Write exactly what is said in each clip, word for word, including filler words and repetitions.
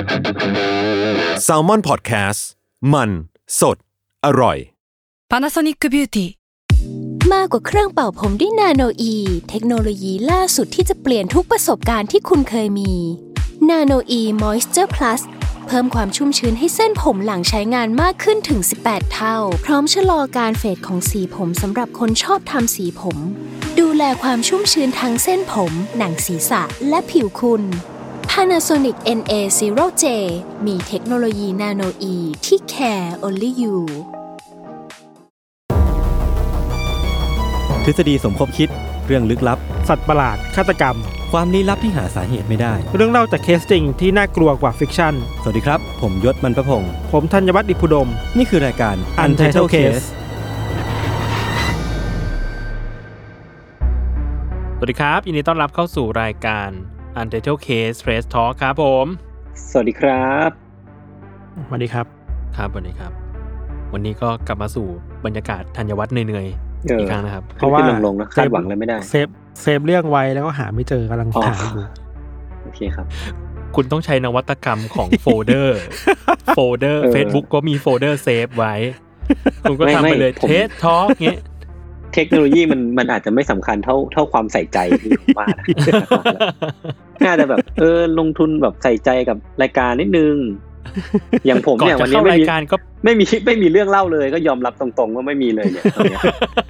Salmon Podcast มันสดอร่อย Panasonic Beauty มากกว่าเครื่องเป่าผมด้วยนาโนอีเทคโนโลยีล่าสุดที่จะเปลี่ยนทุกประสบการณ์ที่คุณเคยมีนาโนอี Moisture Plus เพิ่มความชุ่มชื้นให้เส้นผมหลังใช้งานมากขึ้นถึงสิบแปดเท่าพร้อมชะลอการเฟดของสีผมสำหรับคนชอบทำสีผมดูแลความชุ่มชื้นทั้งเส้นผมหนังศีรษะและผิวคุณ Panasonic เอ็น เอ ศูนย์ เจ มีเทคโนโลยีนาโนอีที่ care only you ทฤษฎีสมคบคิดเรื่องลึกลับสัตว์ประหลาดฆาตกรรมความลี้ลับที่หาสาเหตุไม่ได้เรื่องเล่าจากเคสจริงที่น่ากลัวกว่าฟิกชั่นสวัสดีครับผมยศมันประพงษ์ผมธัญวัฒน์อิพุดมนี่คือรายการ Untitled Case สวัสดีครับยินดีต้อนรับเข้าสู่รายการ Untitled Case Trace Talk ครับผมสวัสดีครับสวัสดีครับครับสวัสดีครับวันนี้ก็กลับมาสู่บรรยากาศธัญวัฒน์เหนื่อยๆอีกครั้งนะครับเพราะว่าลงๆนะคาดหวังอะไรไม่ได้เซฟเซฟเรื่องไว้แล้วก็หาไม่เจอกำลังหาอยู่โอเคครับคุณต้องใช้นวัตกรรมของโฟลเดอร์โฟลเดอร์ Facebook ก็มีโฟลเดอร์เซฟไว้คุณก็ทำไปเลยเทสทอล์กเงี้ยเทคโนโลยีมันมันอาจจะไม่สำคัญเท่าเท่าความใส่ใจที่ผมว่านะน่าจะแบบเออลงทุนแบบใส่ใจกับรายการนิดนึงอย่างผมเนี่ยวันนี้ไม่มีไม่มีไม่มีเรื่องเล่าเลยก็ยอมรับตรงๆว่าไม่มีเลยเนี่ยตอนนี้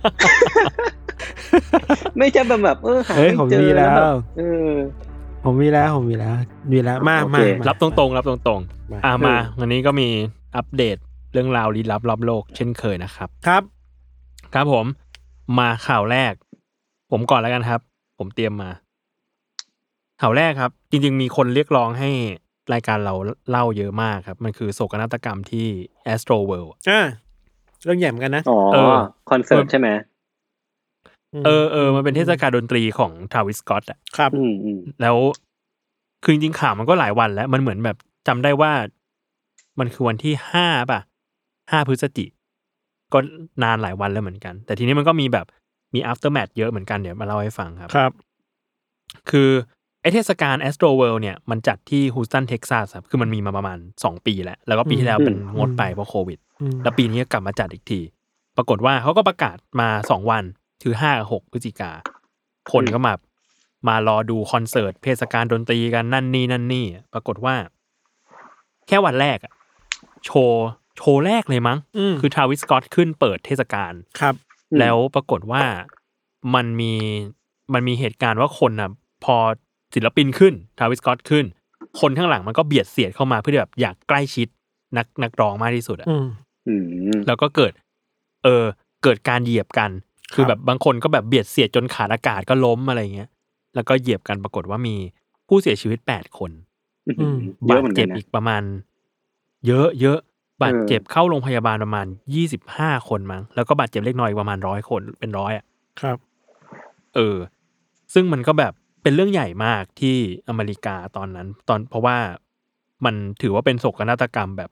ไม่ใช่แบบแบบเออหาไม่เจอแล้วเออผมมีแล้วผมมีแล้วมีแล้วมามารับตรงๆรับตรงๆอ่ะมาวันนี้ก็มีอัปเดตเรื่องราวลี้ลับรอบโลกเช่นเคยนะครับครับครับผมมาข่าวแรกผมก่อนแล้วกันครับผมเตรียมมาข่าวแรกครับจริงๆมีคนเรียกร้องให้รายการเราเล่าเยอะมากครับมันคือโศกนาฏกรรมที่ Astro World อ่าเรื่องใหญ่เหมือนกันนะอ๋อคอนเสิร์ตใช่ไหมเออเออมันเป็นเทศกาลดนตรีของ Travis Scott อ่ะครับแล้วคือจริงๆข่าวมันก็หลายวันแล้วมันเหมือนแบบจำได้ว่ามันคือวันที่ห้าป่ะห้าพฤศจิกายนก็นานหลายวันแล้วเหมือนกันแต่ทีนี้มันก็มีแบบมี aftermath เยอะเหมือนกันเดี๋ยวมาเล่าให้ฟังครับครับคือไอเทศกาล Astro World เนี่ยมันจัดที่ฮูสตันเท็กซัสครับคือมันมีมาประมาณสองปีแล้วแล้วก็ปีที่แล้วเป็นงดไปเพราะโควิดแล้วปีนี้ก็กลับมาจัดอีกทีปรากฏว่าเขาก็ประกาศมาสองวันคือห้ากับหกพฤศจิกาคนก็มามารอดูคอนเสิร์ตเทศกาลดนตรีกันนั่นนี่นั่นนี่ปรากฏว่าแค่วันแรกอะโชว์โชว์แรกเลยมั้งคือ Travis Scott ขึ้นเปิดเทศกาลครับแล้วปรากฏว่ามันมีมันมีเหตุการณ์ว่าคนน่ะพอศิลปินขึ้น Travis Scott ขึ้นคนข้างหลังมันก็เบียดเสียดเข้ามาเพื่อแบบอยากใกล้ชิดนักนักร้องมากที่สุดอ่ะแล้วก็เกิดเออเกิดการเหยียบกันคือแบบบางคนก็แบบเบียดเสียดจนขาดอากาศก็ล้มอะไรเงี้ยแล้วก็เหยียบกันปรากฏว่ามีผู้เสียชีวิตแปดคนบาดเจ็บอีกประมาณเยอะเยอะบาดเจ็บเข้าโรงพยาบาลประมาณยี่สิบห้าคนมั้งแล้วก็บาดเจ็บเล็กน้อยประมาณร้อยคนเป็นร้อยอ่ะครับเออซึ่งมันก็แบบเป็นเรื่องใหญ่มากที่อเมริกาตอนนั้นตอนเพราะว่ามันถือว่าเป็นโศกนาฏกรรมแบบ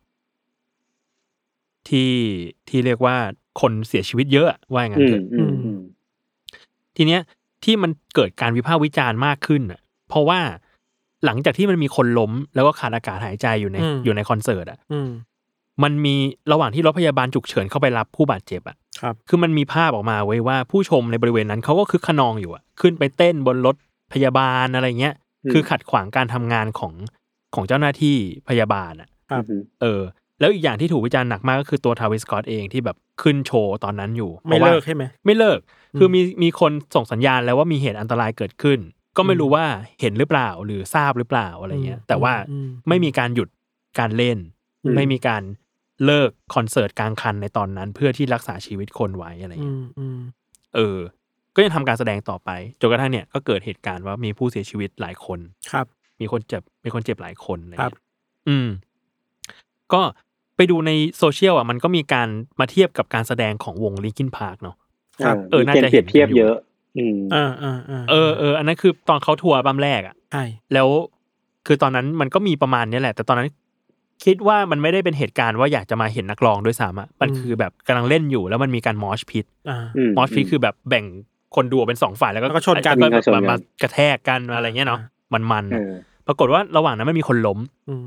ที่ที่เรียกว่าคนเสียชีวิตเยอะว่าอย่างนั้นเถอะทีเนี้ยที่มันเกิดการวิพากษ์วิจารณ์มากขึ้นอ่ะเพราะว่าหลังจากที่มันมีคนล้มแล้วก็ขาดอากาศหายใจอยู่ในอยู่ในคอนเสิร์ตอ่ะมันมีระหว่างที่รถพยาบาลฉุกเฉินเข้าไปรับผู้บาดเจ็บอ่ะคือมันมีภาพออกมาไว้ว่าผู้ชมในบริเวณนั้นเขาก็คึกคะนองอยู่อ่ะขึ้นไปเต้นบนรถพยาบาลอะไรเงี้ยคือขัดขวางการทำงานของของเจ้าหน้าที่พยาบาลอ่ะเออแล้วอีกอย่างที่ถูกวิจารณ์หนักมากก็คือตัว Travis Scott เองที่แบบขึ้นโชว์ตอนนั้นอยู่ไม่เลิกใช่ไหมไม่เลิกคือมีมีคนส่งสัญญาณแล้วว่ามีเหตุอันตรายเกิดขึ้นก็ไม่รู้ว่าเห็นหรือเปล่าหรือทราบหรือเปล่าอะไรเงี้ยแต่ว่าไม่มีการหยุดการเล่นไม่มีการเลิกคอนเสิร์ตกลางคันในตอนนั้นเพื่อที่รักษาชีวิตคนไว้อะไรเงี้ยเออก็ยังทำการแสดงต่อไปจนกระทั่งเนี่ยก็เกิดเหตุการณ์ว่ามีผู้เสียชีวิตหลายคนครับมีคนเจ็บมีคนเจ็บหลายคนอะไรเงี้ยอืมก็ไปดูในโซเชียลอ่ะมันก็มีการมาเทียบกับการแสดงของวง Linkin Park เนาะเออน่าจะเห็นเทียบเยอะอืมอ่าๆๆเออๆอันนั้นคือตอนเขาทัวร์บัมแรกอ่ะใช่แล้วคือตอนนั้นมันก็มีประมาณนี้แหละแต่ตอนนั้นคิดว่ามันไม่ได้เป็นเหตุการณ์ว่าอยากจะมาเห็นนักร้องด้วยซ้ำอ่ะมันคือแบบกำลังเล่นอยู่แล้วมันมีการมอชพิทมอชพิทคือแบบแบ่งคนดูเป็นสองฝ่ายแล้วก็ชนกันแบบมากระแทกกันอะไรเงี้ยเนาะมันๆปรากฏว่าระหว่างนั้นมันมีคนล้ม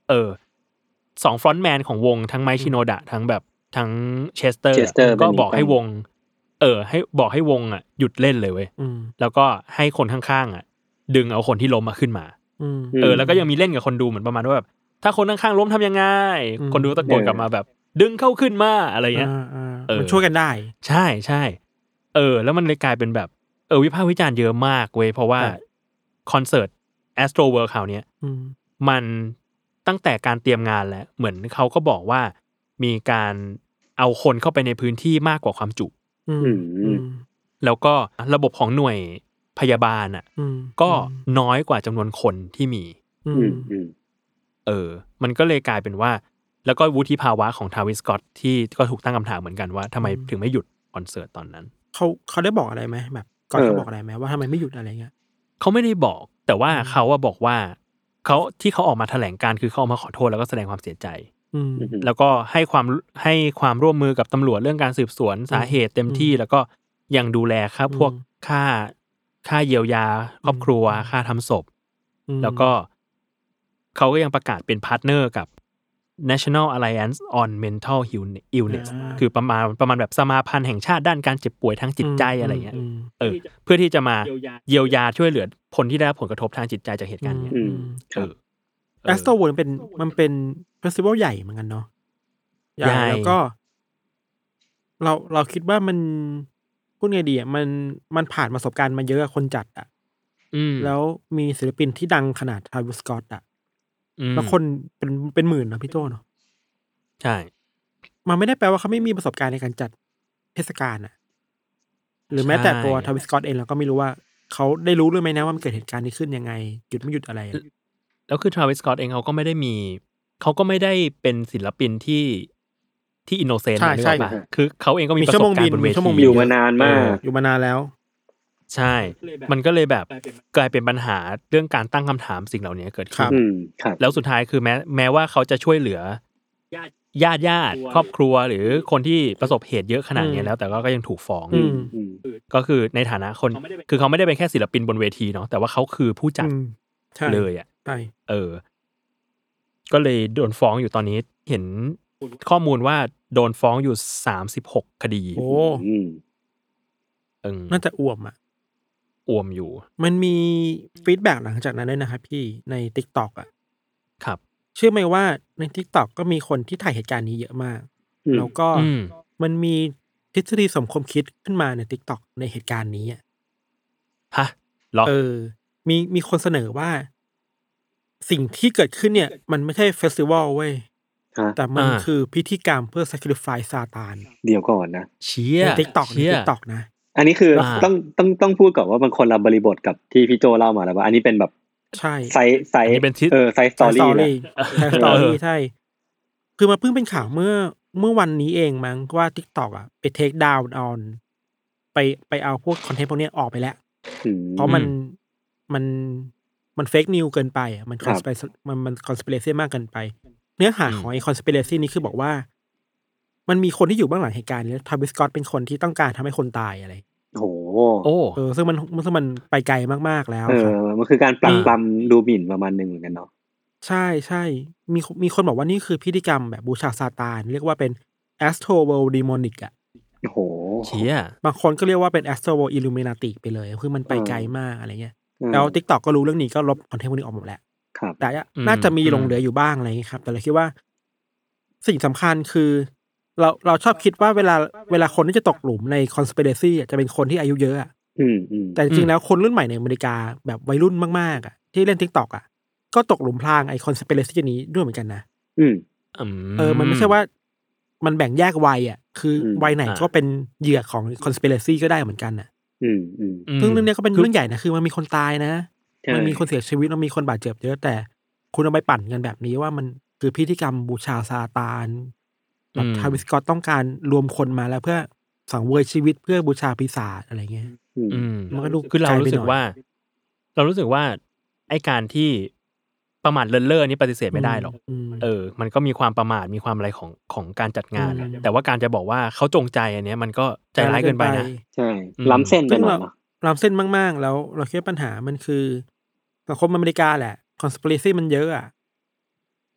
เออสองฟรอนต์แมนของวงทั้งไมค์ชิโนดะทั้งแบบทั้งเชสเตอร์ก็บอกให้วงเออให้บอกให้วงอ่ะหยุดเล่นเลยเว้ยแล้วก็ให้คนข้างๆอ่ะดึงเอาคนที่ล้มมาขึ้นมาเออแล้วก็ยังมีเล่นกับคนดูเหมือนประมาณว่าแบบถ้าคนข้างๆล้มทำยังไงคนดูตะโกนกลับมาแบบดึงเข้าขึ้นมาอะไรเงี้ยเออมันช่วยกันได้ใช่ใช่เออแล้วมันเลยกลายเป็นแบบเออวิพากษ์วิจารณ์เยอะมากเว้ยเพราะว่าคอนเสิร์ต Astro World คราวนี้มันตั้งแต่การเตรียมงานแล้วเหมือนเขาก็บอกว่ามีการเอาคนเข้าไปในพื้นที่มากกว่าความจุแล้วก็ระบบของหน่วยพยาบาลอ่ะก็น้อยกว่าจำนวนคนที่มีเออมันก็เลยกลายเป็นว่าแล้วก็วุฒิภาวะของทาวิสสก็อตที่ก็ถูกตั้งคำถามเหมือนกันว่าทำไมถึงไม่หยุดคอนเสิร์ตตอนนั้นเขาเขาได้บอกอะไรไหมแบบก่อนเขาบอกอะไรไหมว่าทำไมไม่หยุดอะไรเงี้ยเขาไม่ได้บอกแต่ว่าเขาว่าบอกว่าเขาที่เขาออกมาแถลงการคือเขาออกมาขอโทษแล้วก็แสดงความเสียใจแล้วก็ให้ความให้ความร่วมมือกับตำรวจเรื่องการสืบสวนสาเหตุเต็มที่แล้วก็ยังดูแลครับพวกค่าค่าเยียวยาครอบครัวค่าทำศพแล้วก็เขาก็ยังประกาศเป็นพาร์ทเนอร์กับ National Alliance on Mental Illness คือประมาณประมาณแบบสมาพันธ์แห่งชาติด้านการเจ็บป่วยทางจิตใจอะไรเงี้ยเออเพื่อที่จะมาเยียวยาช่วยเหลือคนที่ได้รับผลกระทบทางจิตใจจากเหตุการณ์นี้เออ Astro World เป็นมันเป็นเฟสติวัลใหญ่เหมือนกันเนาะใหญ่แล้วก็เราเราคิดว่ามันพูดไงดีอ่ะมันมันผ่านประสบการณ์มาเยอะคนจัดอ่ะแล้วมีศิลปินที่ดังขนาดทาวิสสก็อตอ่ะแล้วคนเป็นเป็นหมื่นนะพี่โจ้เนาะใช่มันไม่ได้แปลว่าเขาไม่มีประสบการณ์ในการจัดเทศกาลอ่ะหรือแม้แต่ตัวทาวิสสก็อตเองเราก็ไม่รู้ว่าเขาได้รู้หรือไม่นะว่ามันเกิดเหตุการณ์นี้ขึ้นยังไงหยุดไม่หยุดอะไรแล้วคือทาวิสสก็อตเองเขาก็ไม่ได้มีเขาก็ไม่ได้เป็นศิลปินที่ที่อินโนเซนต์นึกออกป่ะคือเขาเองก็มีประสบการณ์บนเวทีอยู่มานานมากอยู่มานานแล้วใช่มันก็เลยแบบกลายเป็นปัญหาเรื่องการตั้งคำถามสิ่งเหล่านี้เกิดขึ้นแล้วสุดท้ายคือแม้แม้ว่าเขาจะช่วยเหลือญาติญาติครอบครัวหรือคนที่ประสบเหตุเยอะขนาดนี้แล้วแต่ก็ยังถูกฟ้องก็คือในฐานะคนคือเขาไม่ได้เป็นแค่ศิลปินบนเวทีเนาะแต่ว่าเขาคือผู้จัดเลยอ่ะเออก็เลยโดนฟ้องอยู่ตอนนี้เห็นข้อมูลว่าโดนฟ้องอยู่สามสิบหกคดีโอ้เออน่าจะอ่วมอ่ะอ่วมอยู่มันมีฟีดแบ็กหลังจากนั้นด้วยนะครับพี่ใน TikTok อ่ะครับเชื่อไหมว่าใน TikTok ก็มีคนที่ถ่ายเหตุการณ์นี้เยอะมากแล้วก็มันมีทฤษฎีสมคบคิดขึ้นมาใน TikTok ในเหตุการณ์นี้อ่ะฮะหรอเออมีมีคนเสนอว่าสิ่งที่เกิดขึ้นเนี่ยมันไม่ใช่เฟสติวัลเว้ยแต่มันคือพิธีกรรมเพื่อ sacrifice ซาตานเดี๋ยวก่อนนะเชี่ย TikTok ใน TikTok นะอันนี้คือต้องต้องต้องพูดก่อนว่ามันคนละบริบทกับที่พี่โจเล่ามาแล้วว่าอันนี้เป็นแบบใช่ไซส์ไซส์เออไซส์สตอรี่นะไซส์สตอรี่ใช่คือมาเพิ่งเป็นข่าวเมื่อเมื่อวันนี้เองมั้งว่า TikTok อ่ะไป take down on ไปไปเอาพวกคอนเทนต์พวกนี้ออกไปแล้วเพราะมันมันมันเฟกนิวเกินไปอ่ะมันคอนสเปรมันมันคอนสเปเรซี่มากเกินไปเนื้อหาของไอ้คอนสเปเรซี่นี้คือบอกว่ามันมีคนที่อยู่เบื้องหลังเหตุการณ์นี้ทาวิสสก็อตเป็นคนที่ต้องการทำให้คนตายอะไรโอ้โอ้เออซึ่งมันซึ่งมันไปไกลมากๆแล้วเออมันคือการปลักปลำดูหมิ่นประมาณนึงเหมือนกันเนาะใช่ใช่มีมีคนบอกว่านี่คือพิธีกรรมแบบบูชาซาตานเรียกว่าเป็น Astro World Demonic อ่ะโอ้โหเชี่ยบางคนก็เรียกว่าเป็น Astro World Illuminati ไปเลยคือมันไปไกลมากอะไรเงี้ยแล้ว TikTok ก็รู้เรื่องนี้ก็ลบคอนเทนต์พวกนี้ออกหมดแล้วแต่น่าจะมีลงเหลืออยู่บ้างอะไรเงี้ยครับแต่เราคิดว่าสิ่งสำคัญคือเราเราชอบคิดว่าเวลาเวลาคนที่จะตกหลุมใน conspiracy อ่ะจะเป็นคนที่อายุเยอะอ่ะแต่จริงๆแล้วคนรุ่นใหม่ในอเมริกาแบบวัยรุ่นมากๆอ่ะที่เล่น TikTok อ่ะก็ตกหลุมพรางไอ้ conspiracy นี้ด้วยเหมือนกันนะเออมันไม่ใช่ว่ามันแบ่งแยกวัยอ่ะคือวัยไหนก็เป็นเหยื่อของ conspiracy ก็ได้เหมือนกันน่ะซึ่งเรื่องนี้ก็เป็นเรื่องใหญ่นะคือมันมีคนตายนะมันมีคนเสียชีวิตมันมีคนบาดเจ็บเยอะแต่คุณเอาไปปั่นกันแบบนี้ว่ามันคือพิธีกรรมบูชาซาตานแบบทาวิสสก็อตต้องการรวมคนมาแล้วเพื่อสังเวยชีวิตเพื่อบูชาปีศาจอะไรเงี้ยมันก็ดูคือเรารู้สึกว่าเรารู้สึกว่าไอ้การที่ประมาทเลินเล่อนี่ปฏิเสธไม่ได้หรอกเออมันก็มีความประมาทมีความอะไรของของการจัดงานแต่ว่าการจะบอกว่าเขาจงใจอันนี้มันก็ใจร้ายเกินไปนะใช่ล้ำเส้นไปหน่อยล้ำเส้นมากๆแล้วเราคิดปัญหามันคือสังคมอเมริกาแหละคอนสปิเรซี่มันเยอะอ่ะ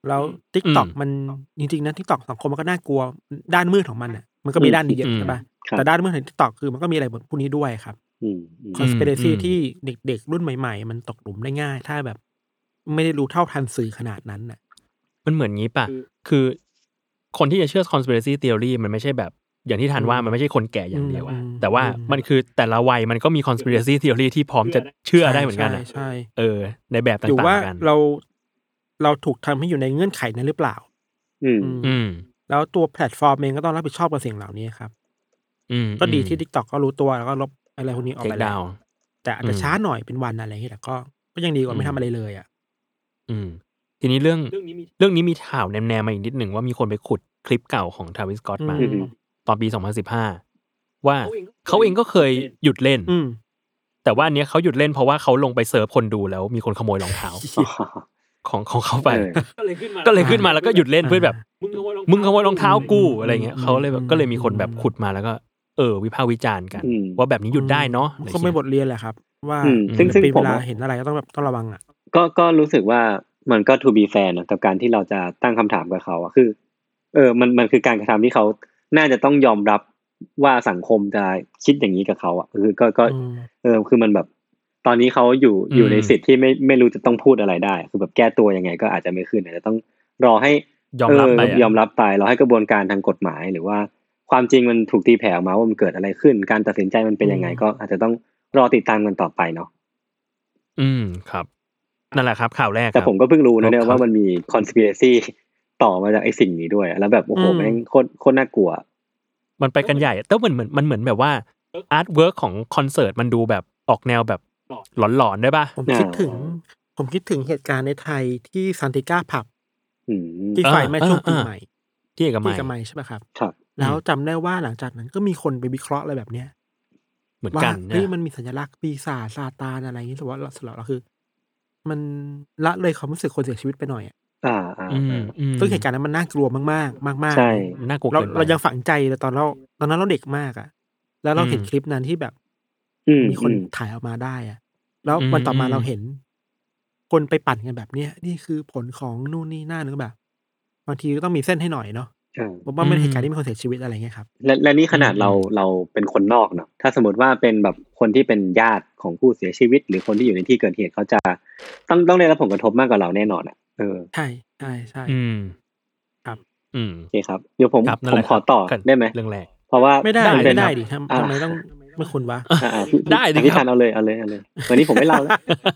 แล้ว TikTok มันจริงๆนะ TikTok สังคมมันก็น่ากลัวด้านมืดของมันน่ะมันก็มีด้านดีเยอะใช่ป่ะแต่ด้านมืดของ TikTok คือมันก็มีอะไรพวกนี้ด้วยครับ conspiracy ที่เด็กๆรุ่นใหม่ๆมันตกหลุมได้ง่ายถ้าแบบไม่ได้รู้เท่าทันสื่อขนาดนั้นน่ะมันเหมือนงี้ป่ะคือคนที่จะเชื่อ conspiracy theory มันไม่ใช่แบบอย่างที่ทันว่ามันไม่ใช่คนแก่อย่างเดียวอะแต่ว่ามันคือแต่ละวัยมันก็มี conspiracy theory ที่พร้อมจะเชื่อได้เหมือนกันนะใช่เออในแบบต่างๆกันอยู่ว่าเราเราถูกทำให้อยู่ในเงื่อนไขนั้นหรือเปล่าอืมอืมแล้วตัวแพลตฟอร์มเองก็ต้องรับผิดชอบกับสิ่งเหล่านี้ครับอืมก็ดีที่ TikTok ก็รู้ตัวแล้วก็ลบอะไรพวกนี้ออกไปแล้วแต่อาจจะช้าหน่อยเป็นวันอะไรอย่างเงี้ยแต่ก็ก็ยังดีกว่าไม่ทำอะไรเลยอ่ะอืมทีนี้เรื่องเรื่องนี้มีข่าวแนมๆมาอีกนิดหนึ่งว่ามีคนไปขุดคลิปเก่าของ Travis Scott มาตอนปีสองพันสิบห้าว่าเขาเองก็เคยหยุดเล่นแต่ว่าอันเนี้ยเขาหยุดเล่นเพราะว่าเขาลงไปเซิร์ฟคนดูแล้วมีคนขโมยรองเท้าของของเขาไปก็เลยขึ้นมาก็เลยขึ้นมาแล้วก็หยุดเล่นเพื่อแบบมึงขโมยรองเท้ากูอะไรเงี้ยเขาเลยแบบก็เลยมีคนแบบขุดมาแล้วก็เออวิพากษ์วิจารณ์กันว่าแบบนี้หยุดได้เนาะก็ไม่บทเรียนแหละครับว่าซึ่งซึ่งเวลาเห็นอะไรก็ต้องแบบต้องระวังอ่ะก็ก็รู้สึกว่ามันก็ to be fair นะกับการที่เราจะตั้งคำถามกับเขาอะคือเออมันมันคือการกระทำที่เขาน่าจะต้องยอมรับว่าสังคมจะคิดอย่างนี้กับเขาอ่ะคือก็ก็เออคือมันแบบตอนนี้เขาอยู่อยู่ในสิทธิ์ที่ไม่ไม่รู้จะต้องพูดอะไรได้คือแบบแก้ตัวยังไงก็อาจจะไม่ขึ้นอาจจะต้องรอให้ยอมรับไปยอมรับไปรอให้กระบวนการทางกฎหมายหรือว่าความจริงมันถูกตีแผ่ออกมาว่ามันเกิดอะไรขึ้นการตัดสินใจมันเป็นยังไงก็อาจจะต้องรอติดตามกันต่อไปเนาะอืมครับนั่นแหละครับข่าวแรกแต่ผมก็เพิ่งรู้นะเนี่ยว่ามันมี conspiracy ต่อมาจากไอ้สิ่งนี้ด้วยแล้วแบบโอ้โหแม่งโคตรโคตรน่ากลัวมันไปกันใหญ่แต่เหมือนเหมือนมันเหมือนแบบว่าอาร์ตเวิร์คของคอนเสิร์ตมันดูแบบออกแนวแบบหลอนๆได้ป่ะผมคิดถึงผมคิดถึงเหตุการณ์ในไทยที่ซานติก้าผับที่ไฟไหม้ช่วงปีใหม่ที่เอกมัยใช่ป่ะครับครับแล้วจำได้ว่าหลังจากนั้นก็มีคนไปวิเคราะห์อะไรแบบเนี้ยเหมือนกันนี่มันมีสัญลักษณ์ปีศาจซาตานอะไรอย่างนี้แต่ว่าสำหรับเราคือมันละเลยความรู้สึกคนเสียชีวิตไปหน่อยอ่ะอ่าอ่าซึ่งเหตุการณ์นั้นมันน่ากลัวมากๆมากๆใช่น่ากลัวเราเรายังฝังใจเลยตอนเราตอนนั้นเราเด็กมากอ่ะแล้วเราเห็นคลิปนั้นที่แบบมีคนถ่ายออกมาได้อ่ะแล้ววันต่อมาเราเห็นคนไปปั่นกันแบบเนี้ยนี่คือผลของนู่นนี่นั่นนึกแบบบางทีก็ต้องมีเส้นให้หน่อยเนาะผมว่าเป็นเหตุการณ์ที่มีคนเสียชีวิตอะไรเงี้ยครับและและนี่ขนาดเราเราเป็นคนนอกเนาะถ้าสมมติว่าเป็นแบบคนที่เป็นญาติของผู้เสียชีวิตหรือคนที่อยู่ในที่เกิดเหตุเขาจะต้องต้องได้รับผลกระทบมากกว่าเราแน่นอนอ่ะเออใช่ใช่ใช่อืมครับอืมโอเคครับเดี๋ยวผมผมขอต่อได้ไหมเรื่องแรกเพราะว่าไม่ได้ไม่ได้ดิทำทำไมต้องไม่คุณวะได้ดิพี่ทันเอาเลยเอาเลยเอาเลยวันนี้ผมไม่เล่าแล้ว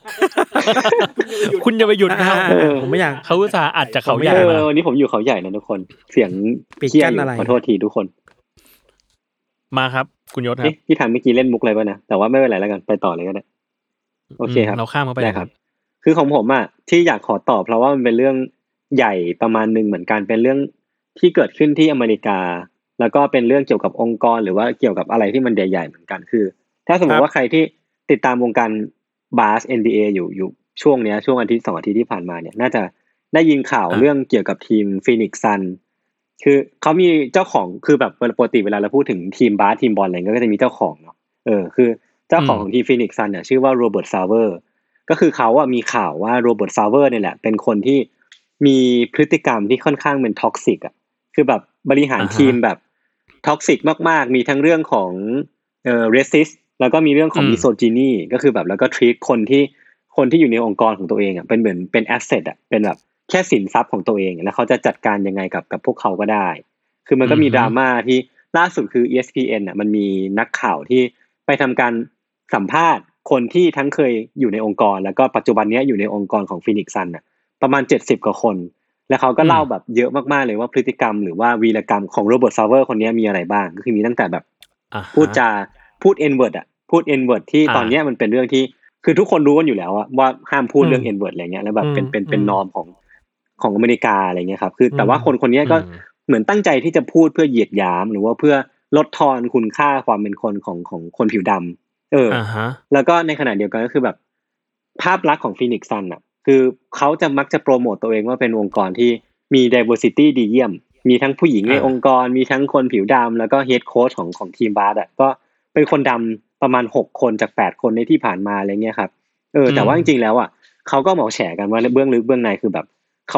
คุณจะไปหยุดนะผมไม่อยากเขาอุตส่าห์อัดจากเขาใหญ่มาวันนี้ผมอยู่เขาใหญ่นะทุกคนเสียงเคี้ยนขอโทษทีทุกคนมาครับคุณยศครับพี่ทันเมื่อกี้เล่นมุกอะไรป่ะนะแต่ว่าไม่เป็นไรแล้วกันไปต่อเลยก็ได้โอเคครับเราข้ามเข้าไปได้ครับคือของผมอ่ะที่อยากขอตอบเพราะว่ามันเป็นเรื่องใหญ่ประมาณนึงเหมือนกันเป็นเรื่องที่เกิดขึ้นที่อเมริกาแล้วก็เป็นเรื่องเกี่ยวกับองค์กรหรือว่าเกี่ยวกับอะไรที่มันใหญ่ๆเหมือนกันคือถ้าสมมติว่าใครที่ติดตามวงการบาส เอ็น บี เอ อยู่อยู่ช่วงเนี้ยช่วงอาทิตย์สองอาทิตย์ที่ผ่านมาเนี่ยน่าจะได้ยินข่าวเรื่องเกี่ยวกับทีม Phoenix Sun คือเขามีเจ้าของคือแบบปกติเวลาเราพูดถึงทีมบาสทีมบอลอะไรก็จะมีเจ้าของเนาะเออคือเจ้าของของทีม Phoenix Sun เนี่ยชื่อว่าโรเบิร์ตซาวเวอร์ก็คือเขาอ่ะมีข่าวว่าโรเบิร์ตซาวเวอร์เนี่ยแหละเป็นคนที่มีพฤติกรรมที่ค่อนข้างเป็นท็อกซิกอ่ะคือแบบบริหารทีมแบบท็อกซิกมากๆมีทั้งเรื่องของเอ่อเรสซิสแล้วก็มีเรื่องของมิโซจินีก็คือแบบแล้วก็ทรีตคนที่คนที่อยู่ในองค์กรของตัวเองอ่ะเป็นเหมือนเป็นแอสเซทอ่ะเป็นแบบแค่สินทรัพย์ของตัวเองแล้วเขาจะจัดการยังไงกับกับพวกเขาก็ได้คือมันก็มีดราม่าที่ล่าสุดคือ อี เอส พี เอ็น อ่ะมันมีนักข่าวที่ไปทำการสัมภาษณ์คนที่ทั้งเคยอยู่ในองค์กรแล้วก็ปัจจุบันนี้อยู่ในองค์กรของ Phoenix Sun น่ะประมาณเจ็ดสิบกว่าคนแล้วเขาก็เล่าแบบเยอะมากๆเลยว่าพฤติกรรมหรือว่าวีรกรรมของโรเบิร์ตซาวเวอร์คนนี้มีอะไรบ้างก็คือมีตั้งแต่แบบพูดจาพูด N-word อ่ะพูด N-word ที่ตอนนี้มันเป็นเรื่องที่คือทุกคนรู้กันอยู่แล้วว่าห้ามพูดเรื่อง N-word อะไรเงี้ยแล้วแบบเป็นเป็นเป็นนอร์มของของอเมริกาอะไรเงี้ยครับคือแต่ว่าคนคนนี้ก็เหมือนตั้งใจที่จะพูดเพื่อเหยียดหยามหรือว่าเพื่อลดทอนคุณค่าความเป็นคนของของคนผิวดำเออแล้วก็ในขณะเดียวกันก็คือแบบภาพลักษณ์ของ Phoenix Sun อ่ะคือเขาจะมักจะโปรโมตตัวเองว่าเป็นองค์กรที่มี diversity ดีเยี่ยมมีทั้งผู้หญิงในองค์กรมีทั้งคนผิวดำแล้วก็เฮดโค้ชของของทีมบาสอ่ะก็เป็นคนดำประมาณหกคนจากแปดคนในที่ผ่านมาอะไรเงี้ยครับเออแต่ว่าจริงๆแล้วอ่ะเขาก็มาแฉกันว่าเบื้องลึกเบื้องในคือแบบเขา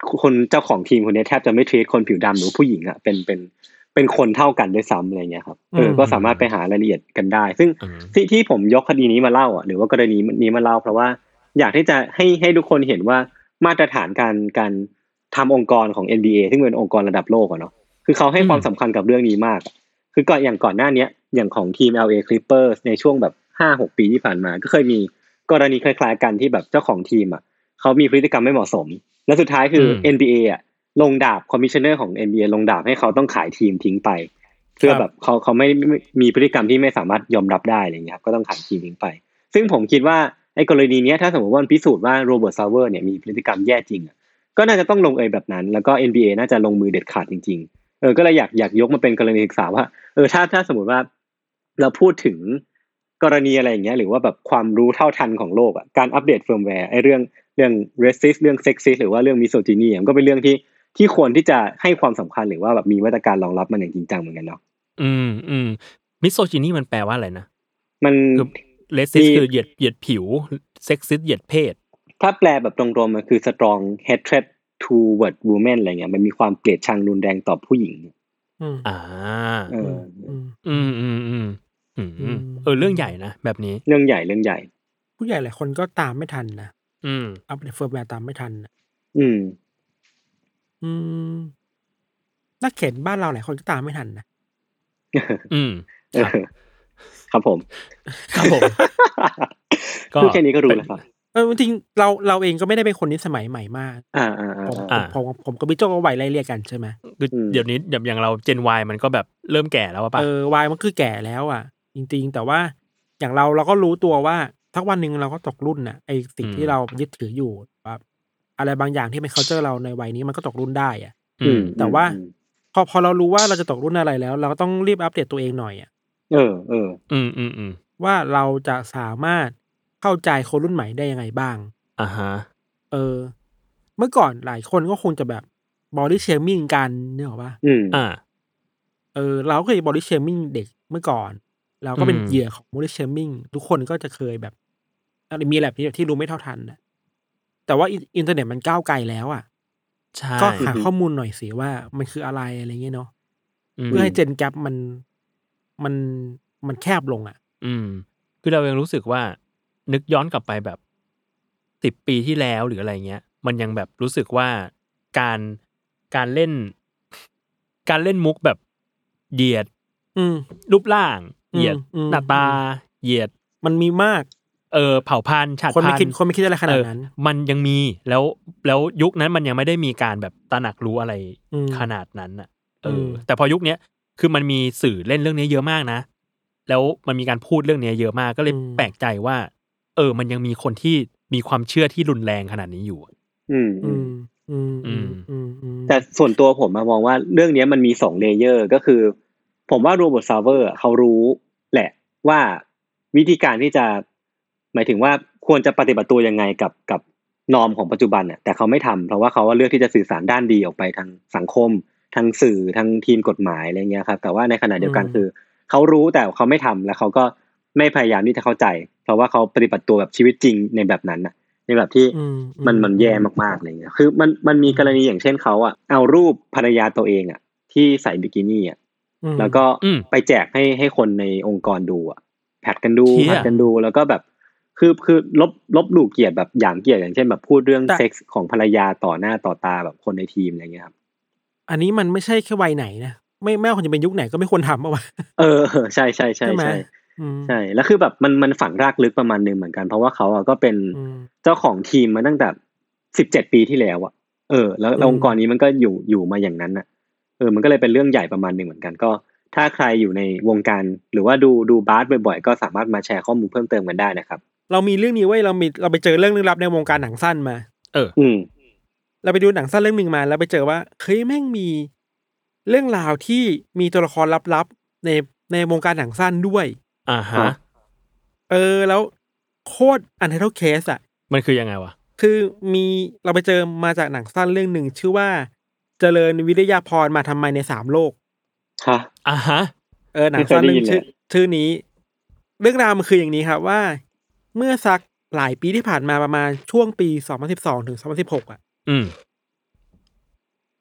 คนเจ้าของทีมคนนี้แทบจะไม่ทรีตคนผิวดำหรือผู้หญิงอ่ะเป็นเป็นเป็นคนเท่ากันด้วยซ้ำอะไรเงี้ยครับเออก็สามารถไปหารายละเอียดกันได้ซึ่งที่ที่ผมยกคดีนี้มาเล่าอ่ะหรือว่ากรณีนี้มาเล่าเพราะว่าอยากที่จะให้ให้ทุกคนเห็นว่ามาตรฐานการการทำองค์กรของ เอ็น บี เอ ซึ่งเป็นองค์กรระดับโลกอ่ะเนาะคือเขาให้ความสำคัญกับเรื่องนี้มากคือก่อนอย่างก่อนหน้านี้อย่างของทีม แอล เอ Clippers ในช่วงแบบ ห้าหก ปีที่ผ่านมาก็เคยมีกรณีคล้ายๆกันที่แบบเจ้าของทีมอ่ะเขามีพฤติกรรมไม่เหมาะสมและสุดท้ายคือ เอ็น บี เอ อ่ะลงดาบคอมมิชชันเนอร์ของ เอ็น บี เอ ลงดาบให้เขาต้องขายทีมทิ้งไปเพื่อแบบเขาเขาไม่มีพฤติกรรมที่ไม่สามารถยอมรับได้อะไรอย่างเงี้ยครับก็ต้องขายทีมทิ้งไปซึ่งผมคิดว่าไอ้กรณีนี้ถ้าสมมติว่ามันพิสูจน์ว่าโรเบิร์ตซาวเวอร์เนี่ยมีพฤติกรรมแย่จริงอ่ะก็น่าจะต้องลงเอยแบบนั้นแล้วก็ เอ็น บี เอ น่าจะลงมือเด็ดขาดจริงๆเออก็เลยอยากอยากยกมาเป็นกรณีศึกษาว่าเออถ้าถ้าสมมติว่าเราพูดถึงกรณีอะไรอย่างเงี้ยหรือว่าแบบความรู้เท่าทันของโลกอ่ะการอัปเดตเฟิร์มแวร์ไอ้เรื่องเรื่อง racist เรื่อง sexist หรือว่าเรื่อง misogyny มันก็เป็นเรื่องที่ที่ควรที่จะให้ความสำคัญหรือว่าแบบมีมาตรการรองรับมันอย่างจริงจังเหมือนกันเนาะอืมอืม misogyny มันแปลว่าอะไรนะมันคือ racist คือเหยียดเหยียดผิว sexist เหยียดเพศถ้าแปลแบบตรงๆมันคือ strong hatred toward women อะไรเงี้ยมันมีความเกลียดชังรุนแรงต่อผู้หญิงอืมอ่าเอออืมอืมอืมอืมเออเรื่องใหญ่นะแบบนี้เรื่องใหญ่เรื่องใหญ่ผู้ใหญ่หลายคนก็ตามไม่ทันนะอืมอัปเดตเฟิร์มแวร์ตามไม่ทันนะอืมอืมนักเขียนบ้านเราหลายคนก็ตามไม่ทันนะอืมครับครับผมครับผมก็แค่นี้ก็รู้แล้วครับเออจริงเราเราเองก็ไม่ได้เป็นคนนี้สมัยใหม่มากอ่าอ่าผมผมผมกับพี่โจ้ก็วัยไล่เรียกกันใช่ไหมเดี๋ยวนี้อย่างเราเจน Y มันก็แบบเริ่มแก่แล้วป่ะเออ Y มันคือแก่แล้วอ่ะจริงๆแต่ว่าอย่างเราเราก็รู้ตัวว่าทักวันหนึ่งเราก็ตกรุ่นน่ะไอสิ่งที่เรายึดถืออยู่แบบอะไรบางอย่างที่เป็น culture เราในวัยนี้มันก็ตกรุ่นได้อ่ะแต่ว่าพอพอเรารู้ว่าเราจะตกรุ่นอะไรแล้วเราก็ต้องรีบอัปเดตตัวเองหน่อยอ่ะเออเอออืมอืมอืมว่าเราจะสามารถเข้าใจคนรุ่นใหม่ได้ยังไงบ้างอ่าฮะเออเมื่อก่อนหลายคนก็คงจะแบบ body shaming กันเนี่ยหรอป่ะอืมอ่าเออเราก็เคย body shaming เด็กเมื่อก่อนเราก็เป็นเหยื่อของ body shaming ทุกคนก็จะเคยแบบมีแบบนี้ที่รู้ไม่เท่าทันนะแต่ว่าอินเทอร์เน็ตมันก้าวไกลแล้วอ่ะก็หาข้อมูลหน่อยสิว่ามันคืออะไรอะไรเงี้ยเนาะเพื่อให้เจนแกปมันมันมันแคบลงอ่ะอืมคือเรายังรู้สึกว่านึกย้อนกลับไปแบบสิบปีที่แล้วหรืออะไรเงี้ยมันยังแบบรู้สึกว่าการการเล่นการเล่นมุกแบบเหยียดรูปร่างเหยียดหน้าตาเหยียดมันมีมากเออเผ่าพันธุ์ชาติพันธุ์คนไม่คิดคนไม่คิดอะไรขนาดนั้นมันยังมีแล้วแล้วยุคนั้นมันยังไม่ได้มีการแบบตระหนักรู้อะไรขนาดนั้นอ่ะเออแต่พอยุคนี้คือมันมีสื่อเล่นเรื่องนี้เยอะมากนะแล้วมันมีการพูดเรื่องนี้เยอะมากก็เลยแปลกใจว่าเออมันยังมีคนที่มีความเชื่อที่รุนแรงขนาดนี้อยู่อืมอืมอืมอืมอืมแต่ส่วนตัวผมมองว่าเรื่องนี้มันมีสองเลเยอร์ก็คือผมว่าโรเบิร์ตซาวเวอร์เขารู้แหละว่าวิธีการที่จะหมายถึงว่าควรจะปฏิบัติตัวยังไงกับกับนอร์มของปัจจุบันน่ะแต่เขาไม่ทำเพราะว่าเขาว่าเลือกที่จะสื่อสารด้านดีออกไปทางสังคมทางสื่อทางทีมกฎหมายอะไรเงี้ยครับแต่ว่าในขณะเดียวกันคือเขารู้แต่เขาไม่ทำแล้วเขาก็ไม่พยายามที่จะเข้าใจเพราะว่าเขาปฏิบัติตัวแบบชีวิตจริงในแบบนั้นน่ะในแบบที่มันมันแย่มากๆอะไรเงี้ยคือมันมันมีกรณีอย่างเช่นเขาอ่ะเอารูปภรรยาตัวเองอ่ะที่ใส่บิกินี่อ่ะแล้วก็ไปแจกให้ให้คนในองค์กรดูอ่ะแพทกันดูแพทกันดูแล้วก็แบบคือคือลบลบหลู่เกียรติแบบหยามเกียรติอย่างเช่นแบบพูดเรื่องเซ็กส์ของภรรยาต่อหน้าต่อตาแบบคนในทีมอะไรเงี้ยครับอันนี้มันไม่ใช่แค่วัยไหนนะไม่แม้คนจะเป็นยุคไหนก็ไม่ควรทำป่ะวะเออใช่ใช่ใช่ใช่ใช่แล้วคือแบบมันมันฝังรากลึกประมาณนึงเหมือนกันเพราะว่าเขาอ่ะก็เป็นเจ้าของทีมมาตั้งแต่สิบเจ็ดปีที่แล้วอ่ะเออแล้วองค์กรนี้มันก็อยู่อยู่มาอย่างนั้นน่ะเออมันก็เลยเป็นเรื่องใหญ่ประมาณนึงเหมือนกันก็ถ้าใครอยู่ในวงการหรือว่าดูดูบาสบ่อยๆก็สามารถมาแชร์ข้อมูลเพิ่มเติมกันได้นะครับเรามีเรื่องนี้ไว้เรามีเราไปเจอเรื่องลึกลับในวงการหนังสั้นมาเอออืมเราไปดูหนังสั้นเรื่องนึงมาแล้วไปเจอว่าเฮ้ยแม่งมีเรื่องราวที่มีตัวละครลับๆในในวงการหนังสั้นด้วยอ่าฮะเออแล้วโคตรอันเทอร์เคสอ่ะมันคือยังไงวะคือมีเราไปเจอมาจากหนังสั้นเรื่องหนึ่งชื่อว่าเจริญวิทยาพรมาทำไมในสามโลกฮะอ่าฮะเออหนังสั้นเรื่องชื่อชื่อนี้เรื่องราวมันคืออย่างนี้ครับว่าเมื่อสักหลายปีที่ผ่านมาประมาณช่วงปีสองพันสิบสองถึงสองพันสิบหกอ่ะอืม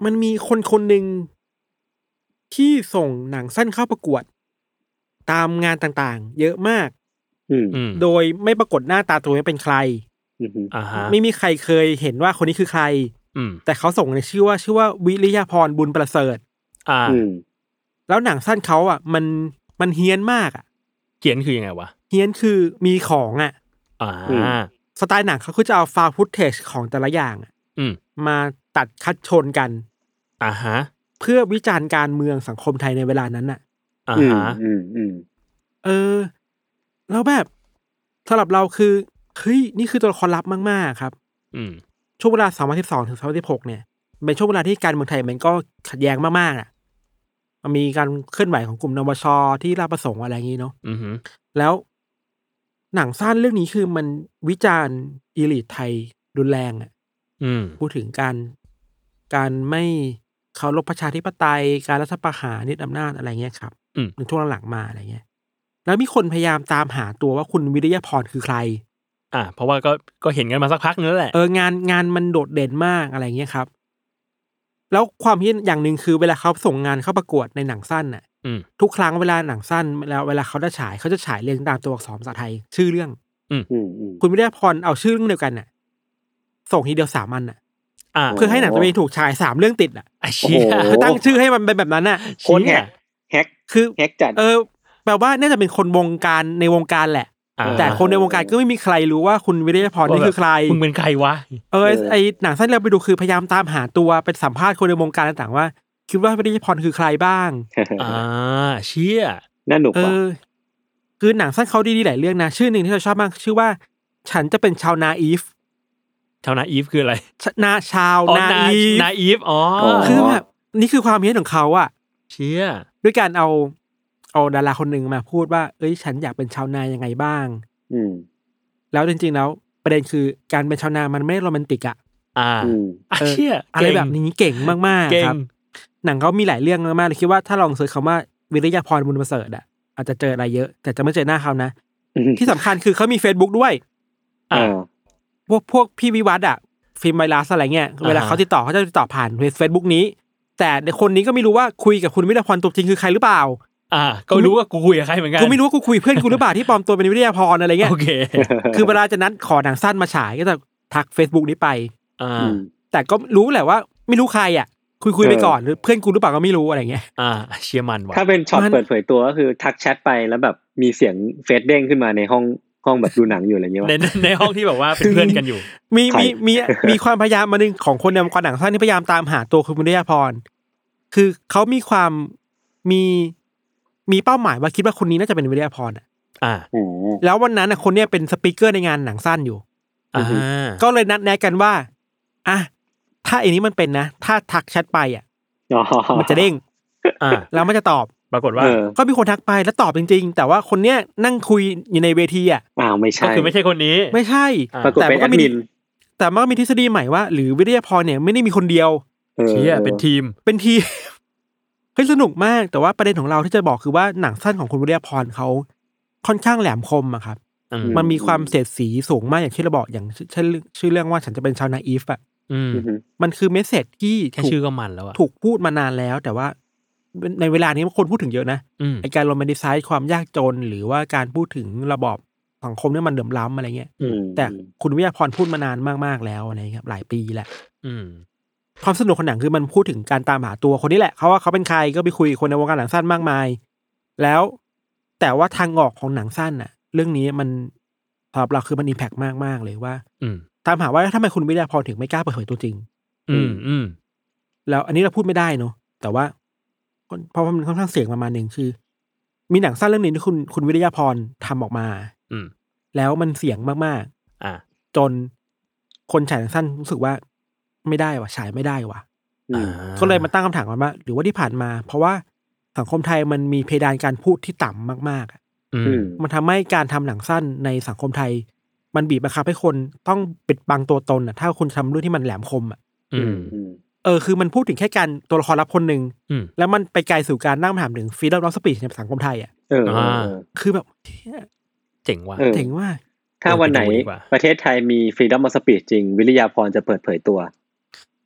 มันมีคนคนหนึ่งที่ส่งหนังสั้นเข้าประกวดตามงานต่างๆเยอะมากโดยไม่ปรากฏหน้าตาตัวเป็นใครไม่มีใครเคยเห็นว่าคนนี้คือใครแต่เขาส่งในชื่อว่าชื่อว่าวิริยาพรบุญประเสริฐแล้วหนังสั้นเขาอ่ะมันมันเฮี้ยนมากอ่ะเฮี้ยนคือยังไงวะเฮี้ยนคือมีของอ่ะสไตล์หนังเขาคือจะเอาฟาวด์ฟุตเทจของแต่ละอย่างมาตัดคัดชนกันอ่าฮะเพื่อวิจารณ์การเมืองสังคมไทยในเวลานั้นน่ะอ่าฮะเออแล้วแบบสำหรับเราคือเฮ้ยนี่คือตัวละครลับมากๆครับช่วงเวลาสองพันสิบสองถึงสองพันสิบหกเนี่ยเป็นช่วงเวลาที่การเมืองไทยมันก็ขัดแย้งมากๆอ่ะมันมีการเคลื่อนไหวของกลุ่มนวช.ที่ราชประสงค์อะไรอย่างนี้เนาะแล้วหนังสั้นเรื่องนี้คือมันวิจารณ์อีลิทไทยรุนแรงอ่ะพูดถึงการการไม่เคารพประชาธิปไตยการรัฐประหารยึดอำนาจอะไรเงี้ยครับในช่วงหลังๆมาอะไรเงี้ยแล้วมีคนพยายามตามหาตัวว่าคุณวิริยาพรคือใครอ่าเพราะว่าก็ก็เห็นกันมาสักพักนึงแล้วแหละเอองานงานมันโดดเด่นมากอะไรเงี้ยครับแล้วความคิดอย่างหนึ่งคือเวลาเขาส่งงานเข้าประกวดในหนังสั้นน่ะทุกครั้งเวลาหนังสั้นแล้วเวลาเขาจะฉายเขาจะฉายเรียงตามตัวอักษรภาษาไทยชื่อเรื่องคุณวิริยาพรเอาชื่อเรื่องเดียวกันน่ะส่งทีเดียวสามอันน่ะเพื่อให้หนังตัวเองถูกฉายสามเรื่องติดอ่ะไอ้เชี่ยตั้งชื่อให้มันเป็นแบบนั้นน่ะโคตรแฮกแฮกคือแฮกจัดเออแปลว่าน่าจะเป็นคนวงการในวงการแหละแต่คนในวงการก็ไม่มีใครรู้ว่าคุณวิริยาพรนี่คือใครมึงเป็นใครวะเออไอหนังสั้นเราไปดูคือพยายามตามหาตัวไปสัมภาษณ์คนในวงการต่างๆว่าคิดว่าวิริยาพรคือใครบ้างอ่าเชี่ยน่าหนุกว่ะคือหนังสั้นเขาดีๆหลายเรื่องนะชื่อหนึ่งที่เราชอบมากชื่อว่าฉันจะเป็นชาวนาอีฟชาวนาอีฟคืออะไรนาชาวนาอีฟนาอีฟอ๋อคือแบบนี่คือความเห็นของเขาอ่ะเชี่ยด้วยการเอาเอาดาราคนหนึ่งมาพูดว่าเอ้ยฉันอยากเป็นชาวนายังไงบ้างอืมแล้วจริงๆแล้วประเด็นคือการเป็นชาวนามันไม่โรแมนติกอ่ะอ่าเชี่ยอะไรแบบนี้เก่งมากๆครับหนังเขามีหลายเรื่องมากๆเลยคิดว่าถ้าลองเสิร์ชคำว่าวิริยาพรบุญประเสริฐอ่ะอาจจะเจออะไรเยอะแต่จะไม่เจอหน้าเขานะที่สำคัญคือเขามี Facebook ด้วยอ่าพวกพวกพี่วิวัฒน์อ่ะฟิล์มไวรัสอะไรเงี้ยเวลาเขาติดต่อเขาจะติดต่อผ่าน Facebook นี้แต่คนนี้ก็ไม่รู้ว่าคุยกับคุณวิริยาพรตัวจริงคือใครหรือเปล่าอ่าก็รู้ว่ากูคุยกับใครเหมือนกันกูไม่รู้ว่ากูคุยเพื่อนกูหรือเปล่าที่ปลอมตัวเป็นวิริยาพรอะไรเงี้ยโอเคคือเวลาจะนัดขอหนังสั้นมาฉายก็จะทัก Facebook นี้ไปอ่าแต่ก็รู้แหละว่าไม่รู้ใครอ่ะคุยๆไปก่อนหรือเพื่อนกูหรือเปล่าก็ไม่รู้อะไรเงี้ยอ่าเชียร์มันว่ะถ้าเป็นช็อตเปิดเผยตัวก็คือทักแชทไปแล้วแบบมีเสียงเฟซเด้งขึ้นมาในห้องห้องแบบดูหนังอยู่อะไรเงี้ยในในห้องที่แบบว่าเป็นเพื่อนกันอยู่มีมีมีมีความพยายามมานึงของคนในวงการหนังสั้นที่พยายามตามหาตัวคุณวิริยาพรคือเขามีความมีมีเป้าหมายว่าคิดว่าคนนี้น่าจะเป็นวิริยาพรอ่ะอ่าแล้ววันนั้นน่ะคนเนี้ยเป็นสปีกเกอร์ในงานหนังสั้นอยู่อ่าก็เลยนัดแนะกันว่าอ่ะถ้าไอ้นี้มันเป็นนะถ้าทักแชทไปอ่ะมันจะเด้งอ่าแล้วมันจะตอบปรากฏว่าก็มีคนทักไปแล้วตอบจริงๆแต่ว่าคนเนี้ยนั่งคุยอยู่ในเวทีอ่ะอ้าวไม่ใช่ก็คือไม่ใช่คนนี้ไม่ใช่แต่มันก็มีแต่มันก็มีทฤษฎีใหม่ว่าหรือวิริยาพรเนี่ยไม่ได้มีคนเดียวเชี่ยเป็นทีมเป็นทีมเฮ้ยสนุกมากแต่ว่าประเด็นของเราที่จะบอกคือว่าหนังสั้นของคุณวิริยาพรเขาค่อนข้างแหลมคมอะครับมันมีความเสียดสีสูงมากอย่างที่เราบอกอย่างชื่อเรื่องว่าฉันจะเป็นชาวนาอีฟอะมันคือเมสเสจที่แค่ชื่อก็มันแล้วอะถูกพูดมานานแล้วแต่ว่าในเวลานี้คนพูดถึงเยอะนะไอการโรแมนติไซซ์ความยากจนหรือว่าการพูดถึงระบอบสังคมเนี่ยมันเดือดร้อนอะไรเงี้ยแต่คุณวิริยาพรพูดมานานมากๆแล้วอะไรครับหลายปีแหละความสนุกของหนังคือมันพูดถึงการตามหาตัวคนนี้แหละเขาว่าเขาเป็นใครก็ไปคุยกับคนในวงการหนังสั้นมากมายแล้วแต่ว่าทางออกของหนังสั้นน่ะเรื่องนี้มันสำหรับเราคือมันอิมแพคมากมากเลยว่าตามหาว่าทำไมคุณวิริยาพรถึงไม่กล้าเปิดเผยตัวจริงอืมอืมแล้วอันนี้เราพูดไม่ได้เนาะแต่ว่าเพราะมันค่อนข้างเสี่ยงประมาณหนึ่งคือมีหนังสั้นเรื่องนี้ที่คุณคุณวิริยาพรทำออกมาอืมแล้วมันเสี่ยงมากๆอ่าจนคนฉายหนังสั้นรู้สึกว่าไม่ได้ว่ะฉายไม่ได้ว่ะก็เลยมาตั้งคำถามกันว่าหรือว่าที่ผ่านมาเพราะว่าสังคมไทยมันมีเพดานการพูดที่ต่ำมากๆอ่ะมันทำให้การทำหนังสั้นในสังคมไทยมันบีบบังคับให้คนต้องปิดบังตัวตนอ่ะถ้าคุณทำเรื่องที่มันแหลมคมอ่ะเออคือมันพูดถึงแค่การตัวละครลับคนหนึ่งแล้วมันไปไกลสู่การนั่งถามถึง freedom of speech ในสังคมไทยอ่ะเออคือแบบเจ๋งว่ะเจ๋งว่ะถ้าวันไหนประเทศไทยมี freedom of speech จริงวิริยาพรจะเปิดเผยตัว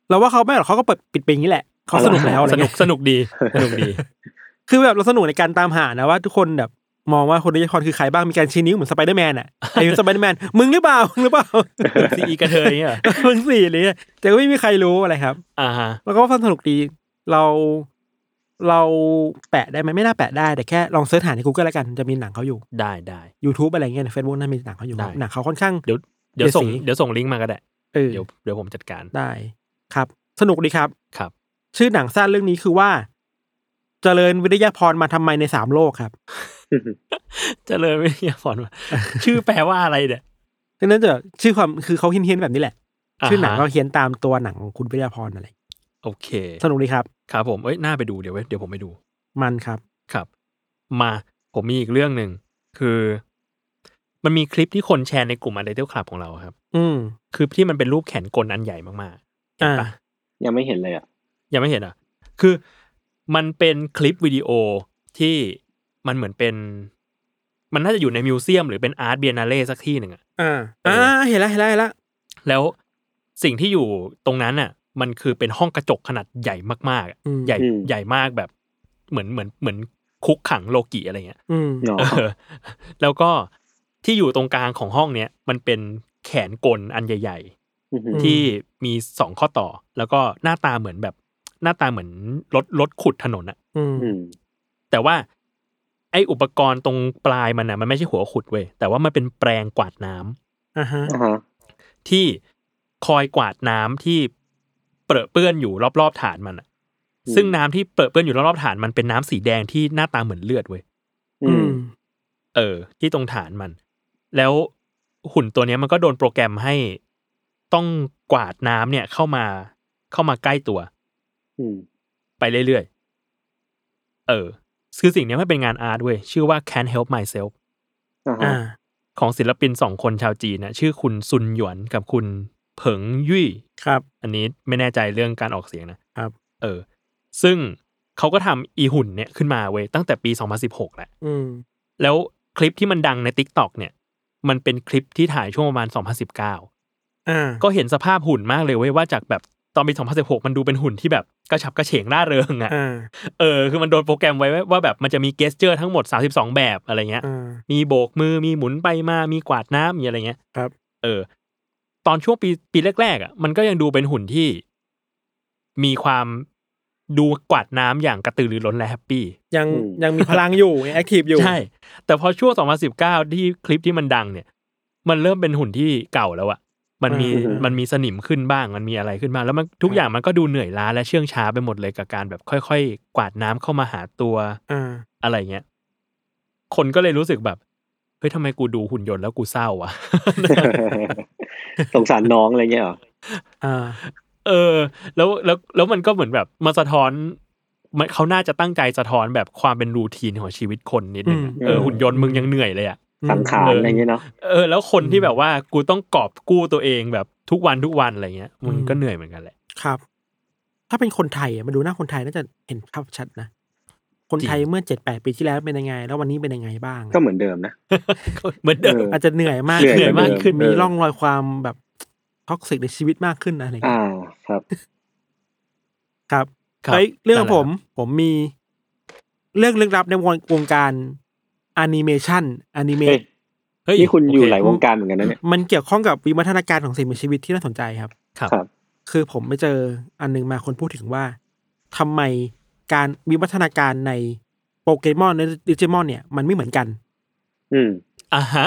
เราว่าเขาไม่หรอกเขาก็เปิดปิดไปอย่างนี้แหละเขาสนุกแล้วอะไรสนุเงี้กยสนุกดีสนุกดีคือแบบเราสนุกในการตามหานะว่าทุกคนแบบมองว่าคนนี้คือใครบ้างมีการชี้นิ้วเหมือนสไปเดอร์แมนอ่ะไอ้สไปเดอร์แมนมึงหรือเปล่ามึงหรือเปล่าซีอีกระเทยเนี่ยมึงสี่เลยแต่ก็ไม่มีใครรู้อะไรครับอ่าฮะแล้วก็ว่าสนุกดีเราเราแปะได้ไหมไม่น่าแปะได้แต่แค่ลองเสิร์ชหาใน Google แล้วกันจะมีหนังเขาอยู่ได้ได้ YouTube อะไรเงี้ยใน Facebook น่ามีหนังเขาอยู่หนังเขาค่อนข้างเดี๋ยวเดี๋ยวส่งเดี๋ยวส่งลิงก์มาก็ได้เดี๋ยวเดี๋ยวผมจัดการได้ครับสนุกดีครับครับชื่อหนังสั้นเรื่องนี้คือว่าเจริญวิทยาพรมาทำไมในสามโลกครับเจริญวิทยาพรมาชื่อแปลว่าอะไรเนี่ยนั่นจะชื่อความคือเขาเฮี้ยนๆแบบนี้แหละชื่อหนังก็เฮี้ยนตามตัวหนังของคุณวิทยาพรอะไรโอเคสนุกดีครับครับผมเอ้ยน่าไปดูเดี๋ยวเดี๋ยวผมไปดูมันครับครับมาผมมีอีกเรื่องนึงคือมันมีคลิปที่คนแชร์ในกลุ่ม Untitled Club ของเราครับอืมคือที่มันเป็นรูปแขนกลอันใหญ่มากๆเห็นปะยังไม่เห็นเลยอ่ะยังไม่เห็นอ่ะคือมันเป็นคลิปวิดีโอที่มันเหมือนเป็นมันน่าจะอยู่ในมิวเซียมหรือเป็นอาร์ตเบียนนาเล่สักที่หนึ่งอ่ะอ่าอ่าเห็นแล้วเห็นแล้วเห็นแล้วแล้วสิ่งที่อยู่ตรงนั้นน่ะมันคือเป็นห้องกระจกขนาดใหญ่มากๆใหญ่ใหญ่มากแบบเหมือนเหมือนเหมือนคุกขังโลกิอะไรเงี้ยแล้วก็ที่อยู่ตรงกลางของห้องเนี้ยมันเป็นแขนกลอันใหญ่ๆที่มีสองข้อต่อแล้วก็หน้าตาเหมือนแบบหน้าตาเหมือนรถรถขุดถนนอ่ะแต่ว่าไอ้อุปกรณ์ตรงปลายมันน่ะมันไม่ใช่หัวขุดเว้ยแต่ว่ามันเป็นแปรงกวาดน้ำอ่าฮะที่คอยกวาดน้ำที่เปรอะเปื้อนอยู่รอบๆฐานมันอ่ะซึ่งน้ำที่เปรอะเปื้อนอยู่รอบๆฐานมันเป็นน้ำสีแดงที่หน้าตาเหมือนเลือดเว้ยเออที่ตรงฐานมันแล้วหุ่นตัวนี้มันก็โดนโปรแกรมให้ต้องกวาดน้ำเนี่ยเข้ามาเข้ามาใกล้ตัวไปเรื่อยๆเออคือสิ่งนี้มันเป็นงานอาร์ตเว้ยชื่อว่า Can't Help Myself อ่าของศิลปินสองคนชาวจีนนะชื่อคุณซุนหยวนกับคุณเผิงยุ่ยครับอันนี้ไม่แน่ใจเรื่องการออกเสียงนะครับเออซึ่งเขาก็ทำอีหุ่นเนี่ยขึ้นมาเว้ยตั้งแต่ปีสองพันสิบหกแหละแล้วคลิปที่มันดังใน TikTok เนี่ยมันเป็นคลิปที่ถ่ายช่วงประมาณสองพันสิบเก้าอ่าก็เห็นสภาพหุ่นมากเลยเว้ยว่าจากแบบตอนปีสองพันสิบหกมันดูเป็นหุ่นที่แบบกระฉับกระเฉงร่าเริงอ่ะเออคือมันโดนโปรแกรมไว้ว่าแบบมันจะมีเกสเจอร์ทั้งหมดสามสิบสองแบบอะไรเงี้ยมีโบกมือมีหมุนไปมามีกวาดน้ำมีอะไรเงี้ยครับเออตอนช่วงปีปีแรกๆอ่ะมันก็ยังดูเป็นหุ่นที่มีความดูกวาดน้ำอย่างกระตือรือร้นและแฮปปี้ยังยังมีพลังอยู่แอคทีฟอยู่ใช่แต่พอช่วงสองพันสิบเก้าที่คลิปที่มันดังเนี่ยมันเริ่มเป็นหุ่นที่เก่าแล้วอ่ะมันมีมันมีสนิมขึ้นบ้างมันมีอะไรขึ้นบ้างแล้วมันทุกอย่างมันก็ดูเหนื่อยล้าและเชื่องช้าไปหมดเลยกับการแบบค่อยๆกวาดน้ำเข้ามาหาตัวอะไรเงี้ยคนก็เลยรู้สึกแบบเฮ้ยทำไมกูดูหุ่นยนต์แล้วกูเศร้าวะสงสารน้องอะไรเงี้ยเหรออ่าเออแล้วแล้วแล้วมันก็เหมือนแบบมาสะท้อนมันเขาน่าจะตั้งใจสะท้อนแบบความเป็นรูทีนของชีวิตคนนิดนึงเออหุ่นยนต์มึงยังเหนื่อยเลยอ่ะสังขารอะไรเงี้ยเนาะเออแล้วคนที่แบบว่ากูต้องกอบกู้ตัวเองแบบทุกวันทุกวันอะไรเงี้ยมันก็เหนื่อยเหมือนกันแหละครับถ้าเป็นคนไทยอ่ะมาดูหน้าคนไทยน่าจะเห็นภาพชัดนะคนไทยเมื่อ เจ็ดแปด ปีที่แล้วเป็นยังไงแล้ววันนี้เป็นยังไงบ้างก็เหมือนเดิมนะเหมือนเดิมอาจจะเหนื่อยมากเหนื่อยมากขึ้นมีร่องรอยความแบบท็อกซิกในชีวิตมากขึ้นอะไรอย่างเงี้ยอ่าครับครับเฮ้ยเรื่องผมผมมีเรื่องลึกลับในวงการแอนิเมชันแอนิเมะเฮ้ยนี่คุณอยู่หลายวงการเหมือนกันนะเนี่ยมันเกี่ยวข้องกับวิวัฒนาการของสิ่งมีชีวิตที่น่าสนใจครับครับคือผมไปเจออันนึงมาคนพูดถึงว่าทำไมการวิวัฒนาการในโปเกมอนในดิจิมอนเนี่ยมันไม่เหมือนกันอืมอ่าฮะ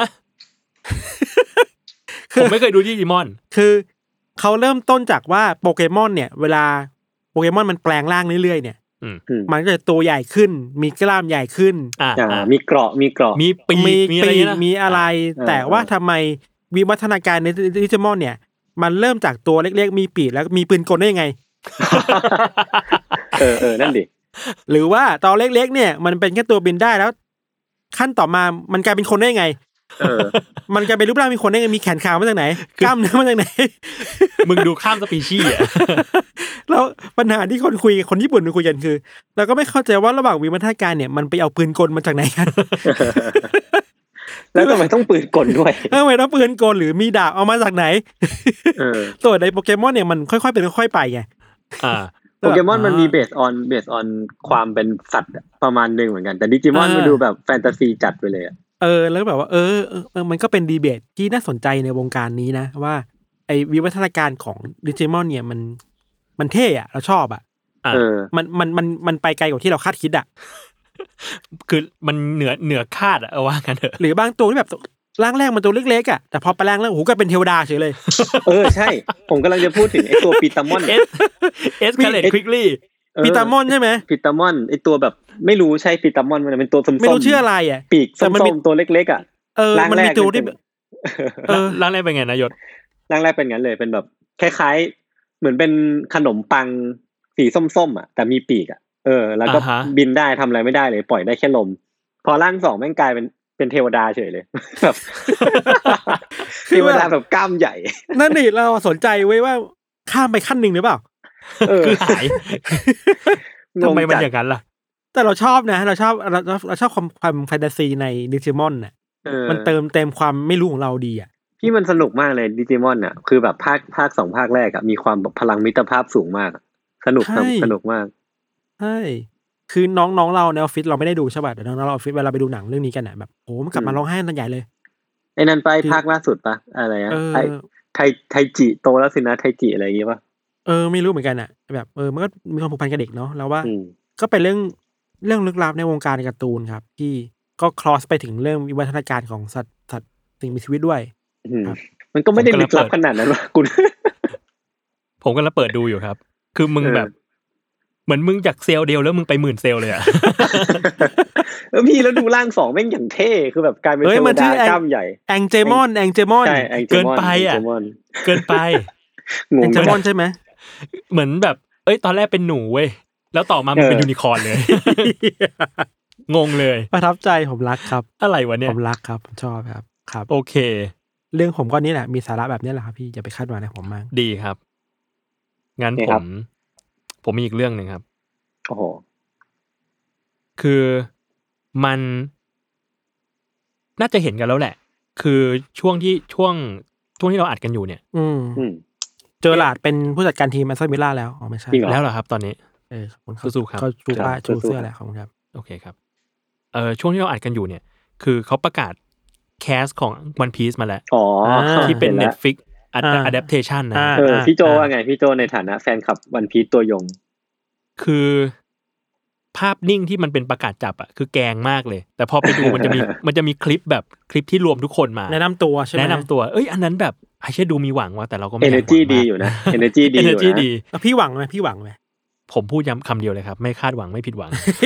ผมไม่เคยดูดิจิมอนคือเขาเริ่มต้นจากว่าโปเกมอนเนี่ยเวลาโปเกมอนมันแปลงร่างเรื่อยๆเนี่ยมันก็จะตัวใหญ่ขึ้นมีกล้ามใหญ่ขึ้นอ่ามีเกราะมีเกราะมีปีกมีปีกมีอะไรแต่ว่าทำไมวิวัฒนาการในดิจิมอนเนี่ยมันเริ่มจากตัวเล็กๆมีปีกแล้วมีปืนกลได้ยังไงเออเออนั่นดิหรือว่าตอนเล็กๆเนี่ยมันเป็นแค่ตัวบินได้แล้วขั้นต่อมามันกลายเป็นคนได้ไงเออมันกลายเป็นรูปร่างมีคนได้ไงมีแขนขามาจากไหนกล้ามเนื้อมาจากไหนมึงดูข้ามสปีชีส์อ่ะแล้วปัญหาที่คนคุยคนญี่ปุ่นคุยกันคือเราก็ไม่เข้าใจว่าระหว่างวิวัฒนาการเนี่ยมันไปเอาปืนกลมาจากไหนกันแล้วทำไมต้องปืนกลด้วยทำไมต้องปืนกลหรือมีดาบเอามาจากไหนเออตัวในโปเกมอนเนี่ยมันค่อยๆเป็นค่อยๆไปไงอ่าโปเกมอนมันมีเบสออนเบสออนความเป็นสัตว์ประมาณนึงเหมือนกันแต่ดิจิมอนมันดูแบบแฟนตาซีจัดไปเลยเออแล้วแบบว่าเออเออมันก็เป็นดีเบตที่น่าสนใจในวงการนี้นะว่าไอ้วิวัฒนาการของดิจิมอนเนี่ยมันมันเท่อะเราชอบอะเออมันมันมันมันไปไกลกว่าที่เราคาดคิดอะคือมันเหนือเหนือคาดอะเอาว่ากันเถอะหรือบางตัวที่แบบร่างแรกมันตัวเล็กๆอะแต่พอไปร่างแล้วโอ้โหก็เป็นเทวดาเฉยเลยเออใช่ผมกำลังจะพูดถึงไอ้ตัวปีตามอนเอสเอสคาเลตควิกลี่ปีตามอนใช่ไหมปีตามอนไอ้ตัวแบบไม่รู้ใช่ปีตามอนมันเป็นตัวส้มๆไม่รู้ชื่ออะไรอ่ะปีกส้มๆตัวเล็กๆอ่ะเออมันมีตัวที่เออร่างแรกเป็นไงนะยศร่างแรกเป็นงั้นเลยเป็นแบบคล้ายๆเหมือนเป็นขนมปังสีส้มๆอ่ะแต่มีปีกอ่ะเออแล้วก็บินได้ทำอะไรไม่ได้เลยปล่อยได้แค่ลมพอร่างสองแม่งกลายเป็นเป็นเทวดาเฉยเลยแบบเทวดาแบบกล้ามใหญ่นั่นนี่เราสนใจไว้ว่าข้ามไปขั้นหนึ่งหรือเปล่าคือหายทำไมมันอย่างนั้นล่ะแต่เราชอบนะเราชอบเราเราชอบความความแฟนตาซีในดิจิมอนน่ะมันเติมเต็มความไม่รู้ของเราดีอ่ะที่มันสนุกมากเลยดิจิมอนน่ะคือแบบภาคภาคสองภาคแรกอ่ะมีความพลังมิตรภาพสูงมากสนุกสนุกมากใช่คือน้องๆเราในออฟฟิศเราไม่ได้ดูใช่ป่ะแต่น้องๆเราออฟฟิศเวลาไปดูหนังเรื่องนี้กันน่ะแบบโอ้มันกลับมาร้องไห้กันใหญ่เลยไอ้นั่นไปภาคล่าสุดป่ะอะไรอ่ะไทไทไทจิโตแล้วสินะไทจิอะไรอย่างงี้ป่ะเออไม่รู้เหมือนกันอ่ะแบบเออมันก็มีความผูกพันกับเด็กเนาะแล้วว่าก็เป็นเรื่องเรื่องลึกลับในวงการการ์ตูนครับที่ก็คลอสไปถึงเรื่องวิวัฒนาการของสัตว์สัตว์สิ่งมีชีวิตด้วยครับมันก็ไม่ได้ลึกลับขนาดนั้นหรอกคุณผมกำลังเปิดดูอยู่ครับคือมึงแบบเหมือนมึงจากเซลล์เดียวแล้วมึงไปหมื่นเซลล์เลยอ่ะเออพี่แล้วดูร่างสองแม่งอย่างเท่คือแบบกลายเป็นเทวดากล้ามใหญ่แองเจมอนแองเจมอนเกินไปอ่ะเกินไปแองเจมอนใช่ไหมเหมือนแบบเอ้ยตอนแรกเป็นหนูเว้ยแล้วต่อมามันเป็นยูนิคอร์นเลยงงเลยประทับใจผมรักครับอะไรวะเนี่ยผมรักครับผมชอบครับครับโอเคเรื่องผมก็นี่แหละมีสาระแบบนี้แหละครับพี่อย่าไปคาดหวังในผมมากดีครับงั้นผมผมมีอีกเรื่องนึงครับโอ้โหคือมันน่าจะเห็นกันแล้วแหละคือช่วงที่ช่วงช่วงที่เราอัดกันอยู่เนี่ยอืมเจอหลาดเป็นผู้จัดการทีมแอสตันวิลล่าแล้วอ๋อไม่ใช่แล้วเหรอครับตอนนี้เออเขาสู้ครับเขาชูป้ายชูเสื้อแหละของครับโอเคครับเออช่วงที่เราอัดกันอยู่เนี่ยคือเขาประกาศแคสของ One Piece มาแล้วอ๋อที่เป็น Netflix adaptation นะเออพี่โจว่าไงพี่โจในฐานะแฟนคลับ One Piece ตัวยงคือภาพนิ่งที่มันเป็นประกาศจับอ่ะคือแกงมากเลยแต่พอไปดูมันจะมีมันจะมีคลิปแบบคลิปที่รวมทุกคนมาแนะนำตัวใช่ไหมแนะนำตัวเอ้ยอันนั้นแบบไอ้เช่ดูมีหวังว่าแต่เราก็ไม่ energy ดีอยู่นะ energy ดีอยู่นะพี่หวังไหมพี่หวังไหมผมพูดย้ำคำเดียวเลยครับไม่คาดหวังไม่ผิดหวัง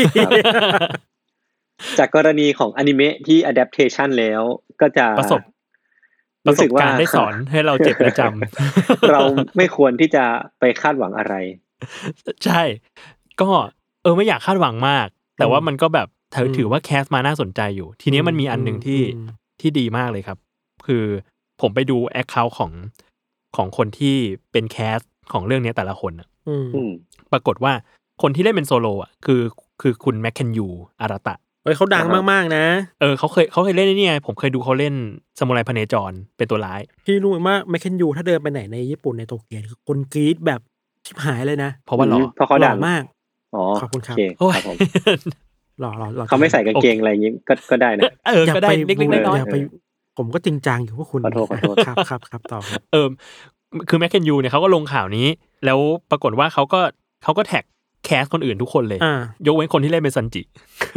จากกรณีของอนิเมะที่ adaptation แล้วก็จะประสบประสบการณ์ได้สอนให้เราเจ็บและจำเราไม่ควรที่จะไปคาดหวังอะไรใช่ก็เออไม่อยากคาดหวังมากแต่ว่ามันก็แบบถือว่าแคสมาน่าสนใจอยู่ทีนี้มันมีอันนึงที่ที่ดีมากเลยครับคือผมไปดูแอคเคาท์ของของคนที่เป็นแคสของเรื่องนี้แต่ละคนอ่ะปรากฏว่าคนที่เล่นเป็นโซโลอ่ะคือคือคุณแมคเคนยูอาราตะเฮ้ยเขาดังมากๆนะเออเขาเคยเขาเคยเล่นนี่ไงผมเคยดูเขาเล่นซามูไรพเนจรเป็นตัวร้ายพี่รู้ว่าแมคเคนยูถ้าเดินไปไหนในญี่ปุ่นในโตเกียวคือคนกรี๊ดแบบชิบหายเลยนะเพราะว่าหล่อเพราะเขาดังมากอ๋อขอบคุณครับครับผมหล่อๆเขาไม่ใส่กางเกงอะไรอย่างงี้ก็ก็ได้นะเออก็ได้เล็กๆน้อยๆไปผมก็จริงจังอยู่พวกคุณขอโทษขอโทษครับครับครับต่อเออคือแมคเคนยูเนี่ยเขาก็ลงข่าวนี้แล้วปรากฏว่าเขาก็เขาก็แท็กแคสคนอื่นทุกคนเลยยกเว้นคนที่เล่นเป็นซันจิ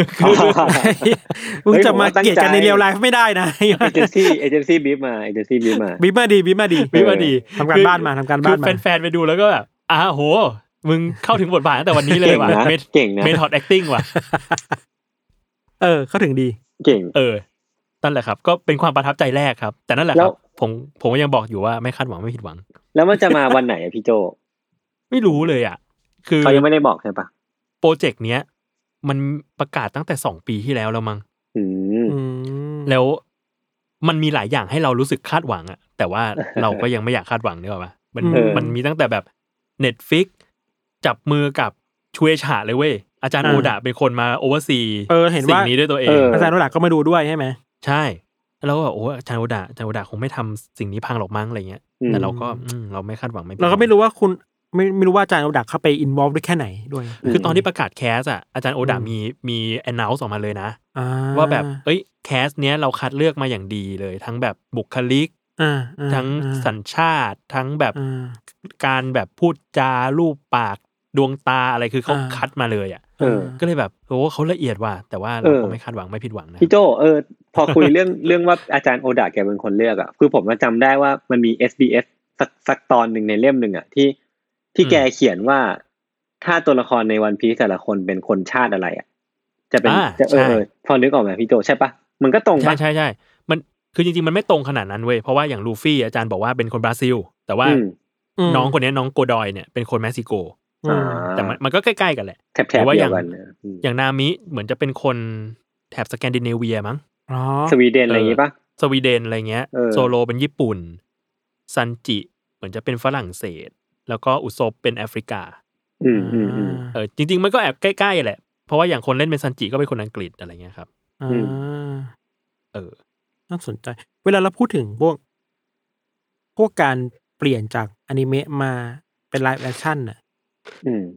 มึงจะมาเกลียดกันในเรียลไลฟ์ไม่ได้นะเอเจนซี่เอเจนซี่บีฟมาเอเจนซี่บีฟมาบีฟมาดีบีฟมาดีบีฟมาดีทำการบ้านมาทำการบ้านมาแฟนๆไปดูแล้วก็แบบอ้าโหมึงเข้าถึงบทบาทตั้งแต่วันนี้เลยว่ะเก่งนะเมทอดแอคติ้งว่ะเออเข้าถึงดีเก่งเออนั่นแหละครับก็เป็นความประทับใจแรกครับแต่นั่นแหละครับผมผมก็ยังบอกอยู่ว่าไม่คาดหวังไม่ผิดหวังแล้วมันจะมาวันไหนอ่ะพี่โจไม่รู้เลยอ่ะคือเขายังไม่ได้บอกใช่ปะโปรเจกต์เนี้ยมันประกาศตั้งแต่สองปีที่แล้วแล้วมั้งแล้วมันมีหลายอย่างให้เรารู้สึกคาดหวังอะแต่ว่าเราก็ยังไม่อยากคาดหวังนึกออกป่ะมันมันมีตั้งแต่แบบ Netflix จับมือกับชูเอชะเลยเว้ยอาจารย์โอดะเป็นคนมาโอเวอร์ซีสิ่งนี้ด้วยตัวเองอาจารย์โอดะก็มาดูด้วยใช่ไหมใช่แล้วก็แบบโอ้อาจารย์โอดะอาจารย์โอดะคงไม่ทำสิ่งนี้พังหรอกมั้งอะไรเงี้ยแต่เราก็เราไม่คาดหวังไม่เราก็ไม่รู้ว่าคุณไม่ไม่รู้ว่าอาจารย์โอดะเข้าไปอินวอล์ฟด้วยแค่ไหนด้วยคือตอนที่ประกาศแคสอ่ะอาจารย์โอดะมีมีแอนนาวส์ออกมาเลยนะว่าแบบเอ้ยแคสเนี้ยเราคัดเลือกมาอย่างดีเลยทั้งแบบบุคลิกทั้งสัญชาติทั้งแบบการแบบพูดจารูปปากดวงตาอะไรคือเขาคัดมาเลยอ่ะก็เลยแบบโอ้เขาละเอียดว่ะแต่ว่าเราก็ไม่คาดหวังไม่ผิดหวังนะพี่โจเออพอคุยเรื่องเรื่องว่าอาจารย์โอดะแกเป็นคนเลือกอ่ะคือผมจำได้ว่ามันมี เอส บี เอส สักสักตอนหนึ่งในเล่มหนึ่งอ่ะที่ที่แกเขียนว่าถ้าตัวละครในวันพีซแต่ละคนเป็นคนชาติอะไรอ่ะจะเป็นจะเออพอนึกออกไหมพี่โจใช่ปะมันก็ตรงปะใช่ใช่ใช่มันคือจริงๆมันไม่ตรงขนาดนั้นเว้ยเพราะว่าอย่างลูฟี่อาจารย์บอกว่าเป็นคนบราซิลแต่ว่าน้องคนนี้น้องโกดอยเนี่ยเป็นคนเม็กซิโกแต่มันมันก็ใกล้ๆกันแหละแต่ว่าอย่างอย่างนามิเหมือนจะเป็นคนแถบสแกนดิเนเวียมั้งอ๋อสวีเดนอะไรอย่างงี้ป่ะสวีเดนอะไรเงี้ยโซโลเป็นญี่ปุ่นซันจิเหมือนจะเป็นฝรั่งเศสแล้วก็อุซบเป็นแอฟริกาอืมอืมอืมเออจริงๆมันก็แอบใกล้ๆแหละเพราะว่าอย่างคนเล่นเป็นซันจิก็เป็นคนอังกฤษอะไรเงี้ยครับอ่าเออน่าสนใจเวลาเราพูดถึงพวกพวกการเปลี่ยนจากอนิเมะมาเป็นไลฟ์แอคชั่นน่ะอืม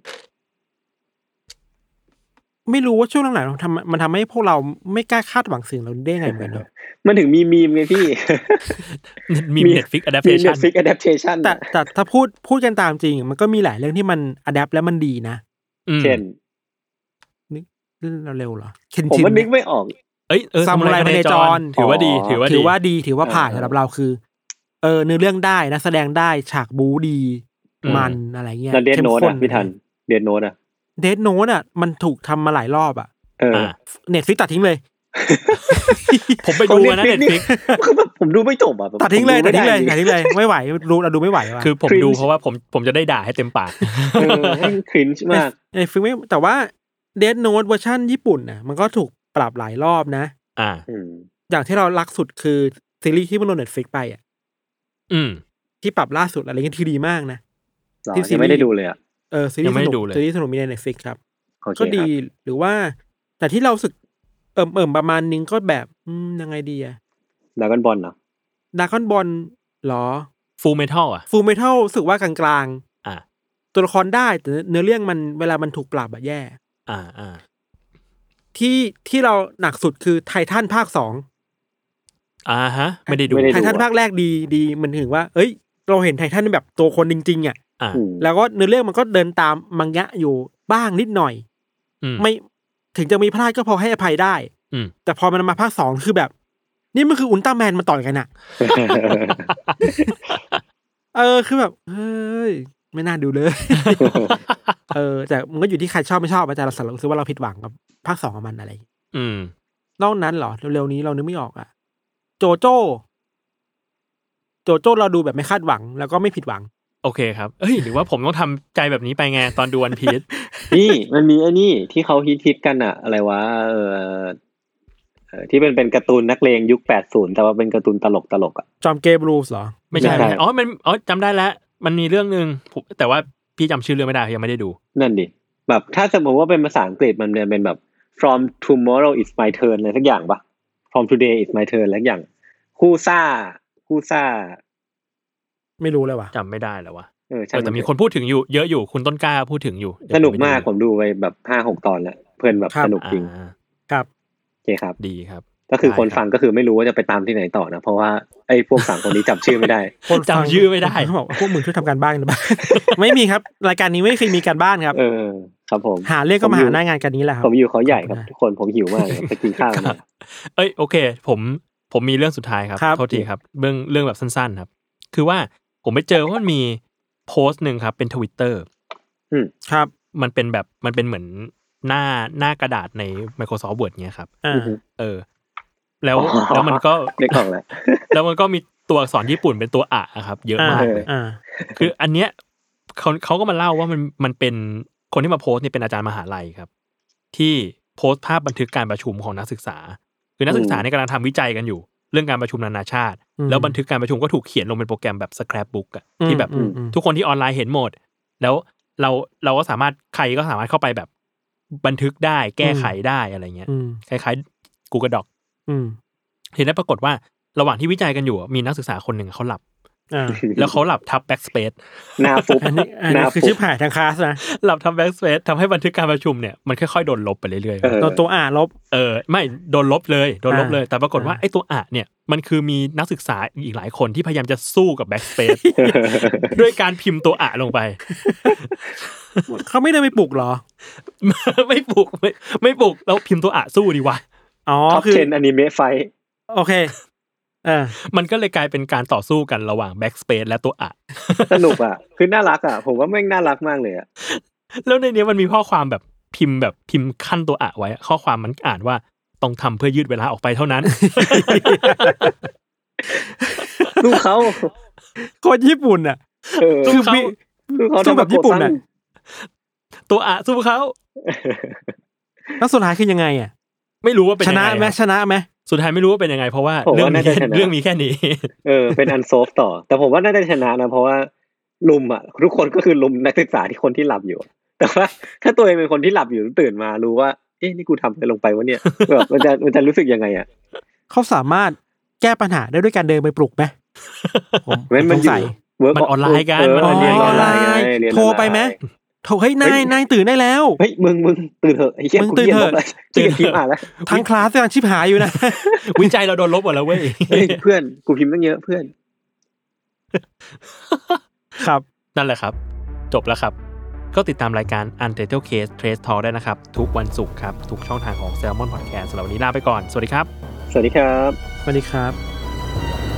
ไม่รู้ว่าช่วงหลังๆมันทำมันทำให้พวกเราไม่กล้าคาดหวังสิ่งเราได้ไงเหมือนเนาะมันถึงมีมีมไงพี่มี Netflix adaptation Netflix adaptation แต่แต่ถ้าพูดพูดกันตามจริงมันก็มีหลายเรื่องที่มัน adapt แล้วมันดีนะเช่นนึกเร็วๆเหรอผมมันนึกไม่ออกเอ้ยเออซามูไรพเนจรถือว่าดีถือว่าถือว่าดีถือว่าผ่านสำหรับเราคือเออเนื้อเรื่องได้นักแสดงได้ฉากบู๊ดีมันอะไรเงี้ยแล้วเดดโน้ตอ่ะพี่ทันเดดโน้ตอ่ะเดดโน้ตอ่ะมันถูกทำมาหลายรอบอ่ะเออ Netflix ตัดทิ้งเลยผมไปดูนะ Netflix คือแบบผมดูไม่จบอ่ะตัดทิ้งเลยตัดทิ้งเลยตัดทิ้งเลยไม่ไหวรู้เราดูไม่ไหวว่ะคือผมดูเพราะว่าผมผมจะได้ด่าให้เต็มปากเออให้ครินช์มากไอ้ฟิล์มแต่ว่าเดดโน้ตเวอร์ชั่นญี่ปุ่นน่ะมันก็ถูกปรับหลายรอบนะอ่าอย่างที่เรารักสุดคือซีรีส์ที่มันลง Netflix ไปอ่ะอืมที่ปรับล่าสุดอะไรเงี้ยที่ดีมากนะที่ซีรีส์ไม่ได้ดูเลยอ่ะเออซีรีส์สนุกซีรีส์สนุกมีใน Netflix ครับก็ดีหรือว่าแต่ที่เราสึกเอิ่มเอิ่มประมาณนึงก็แบบอืมยังไงดีอะดราก้อนบอลเหรอดราก้อนบอลหรอฟูลเมทัลอ่ะฟูลเมทัลรู้สึกว่ากลางๆอ่าตัวละครได้แต่เนื้อเรื่องมันเวลามันถูกปรับอะแย่อ่าอ่าที่ที่เราหนักสุดคือไททันภาคสองอ่าฮะไม่ได้ดูไททันภาคแรกดีดีมันถึงว่าเอ้ยเราเห็นไททันแบบตัวคนจริงๆอ่ะแล้วก็เนื้อเรื่องมันก็เดินตามมังงะอยู่บ้างนิดหน่อยไม่ถึงจะมีพลาดก็พอให้อภัยได้แต่พอมันมาภาคสองคือแบบนี่มันคืออุลตร้าแมนมาต่อยกันอ่ะ เออคือแบบเฮ้ยไม่น่าดูเลย เออแต่มันก็อยู่ที่ใครชอบไม่ชอบอาจารย์เราสันรู้สึกว่าเราผิดหวังกับภาคสองของมันอะไรอืมนอกนั้นเหรอเร็วๆนี้เรานึกไม่ออกอ่ะโจโจ้โจโจ้เราดูแบบไม่คาดหวังแล้วก็ไม่ผิดหวังโอเคครับเอ้ยหรือว่าผมต้องทำใจแบบนี้ไปไงตอนดูวันพีซนี่มันมีไอ้นี่ที่เขาฮิตๆกันอะอะไรวะเออที่เป็นเป็นการ์ตูนนักเลงยุคแปดสิบแต่ว่าเป็นการ์ตูนตลกตลกอ่ะจอมเกมบลูส์เหรอไม่ใช่อ๋อมันอ๋อจำได้แล้วมันมีเรื่องนึงแต่ว่าพี่จำชื่อเรื่องไม่ได้ยังไม่ได้ดูนั่นดิแบบถ้าสมมติว่าเป็นภาษาอังกฤษมันเนี่ยเป็นแบบ from tomorrow is my turn อะไรสักอย่างปะ from today is my turn อะไรสักอย่างคู่ซ่าคู่ซ่าไม่รู้เลยว่ะจำไม่ได้แล้ววะเออแต่มีคนพูดถึงอยู่เยอะอยู่คุณต้นกล้าพูดถึงอยู่สนุกมากผมดูไปแบบ ห้าหก ตอนแล้วเพื่อนแบบสนุกจริงครับโอเคครับดีครับก็คือคนฟังก็คือไม่รู้ว่าจะไปตามที่ไหนต่อนะเพราะว่าไอ้พวกสามคนนี้จำชื่อไม่ได้คนจำชื่อไม่ได้เขาบอกพวกมึงช่วยทำการบ้านนะบ้างไม่มีครับรายการนี้ไม่เคยมีการบ้านครับเออครับผมหาเรื่องก็มาหาหน้างานกันนี้แหละครับผมอยู่เขาใหญ่ครับทุกคนผมหิวมากไปกินข้าวมาเอ้ยโอเคผมผมมีเรื่องสุดท้ายครับโทษทีครับเรื่องเรื่องแบบสั้นๆครับคือว่าผมไปเจอว่ามันมีโพสต์นึงครับเป็น Twitter อืมครับมันเป็นแบบมันเป็นเหมือนหน้าหน้ากระดาษใน Microsoft Word เงี้ยครับเออแล้วแล้วมันก็ได้กล่องแล้วแล้วมันก็มีตัวอักษรญี่ปุ่นเป็นตัวอะครับเยอะมากเลยคืออันเนี้ยเขาเขาก็มาเล่าว่ามันมันเป็นคนที่มาโพสต์นี่เป็นอาจารย์มหาลัยครับที่โพสต์ภาพบันทึกการประชุมของนักศึกษาคือนักศึกษาเนี่ยกำลังทำวิจัยกันอยู่เรื่องการประชุมนานาชาติแล้วบันทึกการประชุมก็ถูกเขียนลงเป็นโปรแกรมแบบ scrapbook อ่ะที่แบบทุกคนที่ออนไลน์เห็นหมดแล้วเราเราก็สามารถใครก็สามารถเข้าไปแบบบันทึกได้แก้ไขได้อะไรเงี้ยคล้ายๆ Google Doc ทีนี้ปรากฏว่าระหว่างที่วิจัยกันอยู่มีนักศึกษาคนหนึ่งเขาหลับแล้วเขาหลับทับแบ็กสเปซหน้าฟุบอันนี้อันนี้คือชิบหายทางคลาสนะหลับทับแบ็กสเปซทำให้บันทึกการประชุมเนี่ยมันค่อยๆโดนลบไปเรื่อยๆตัวตัวอ่าลบเออไม่โดนลบเลยโดนลบเลยแต่ปรากฏว่าไอ้ตัวอ่าเนี่ยมันคือมีนักศึกษาอีกหลายคนที่พยายามจะสู้กับแบ็กสเปซด้วยการพิมพ์ตัวอ่าลงไปเขาไม่ได้ไปปลุกหรอไม่ปลุกไม่ไม่ปลุกแล้วพิมพ์ตัวอ่าสู้ดีวะอ๋อคือเทรนอนิเมะไฟโอเคเออมันก็เลยกลายเป็นการต่อสู้กันระหว่างแบ็กสเปซและตัวอ่ะสนุกอ่ะคือน่ารักอ่ะผมว่าแม่งน่ารักมากเลยอ่ะแล้วในนี้มันมีข้อความแบบพิมพ์แบบพิมพ์ขั้นตัวอ่ะไว้ข้อความมันอ่านว่าต้องทำเพื่อยืดเวลาออกไปเท่านั้นลูกเขาคนญี่ปุ่นอ่ะคือเขาสู้แบบญี่ปุ่นอ่ะตัวอ่ะสู้เขาแล้วสุดท้ายคือยังไงอ่ะไม่รู้ว่าเป็นชนะไหมชนะไหมสุดท้ายไม่รู้ว่าเป็นยังไงเพราะว่าเรื่องนี้เรื่องมีแค่นี้เออเป็นอันโซฟต่อแต่ผมว่าน่าจะชนะนะเพราะว่าลุมอ่ะทุกคนก็คือลุมนักศึกษาที่คนที่หลับอยู่แต่ว่าถ้าตัวเองเป็นคนที่หลับอยู่ตื่นมารู้ว่าเอ๊ะนี่กูทำอะไรลงไปวะเนี่ยแบบมันจะมันจะรู้สึกยังไงอ่ะเขาสามารถแก้ปัญหาได้ด้วยการเดินไปปลุกไหมผมมันใส่มันออนไลน์กันมันออนไลน์โทรไปไหมโถเฮ้ยนายนายตื่นได้แล้วเฮ้ยมึงมึงตื่นเถอะไอ้เหี้ยมึงตื่นเถอะตื่นพิมพ์อ่านแล้วทั้งคลาสกำลังชิบหายอยู่นะวิจัยเราโดนลบหมดแล้วเว้ยเพื่อนกูพิมพ์ตั้งเยอะเพื่อนครับนั่นแหละครับจบแล้วครับก็ติดตามรายการ Untitled Case Trace Talk ได้นะครับทุกวันศุกร์ครับทุกช่องทางของ Salmon Podcast สำหรับวันนี้ลาไปก่อนสวัสดีครับสวัสดีครับสวัสดีครับ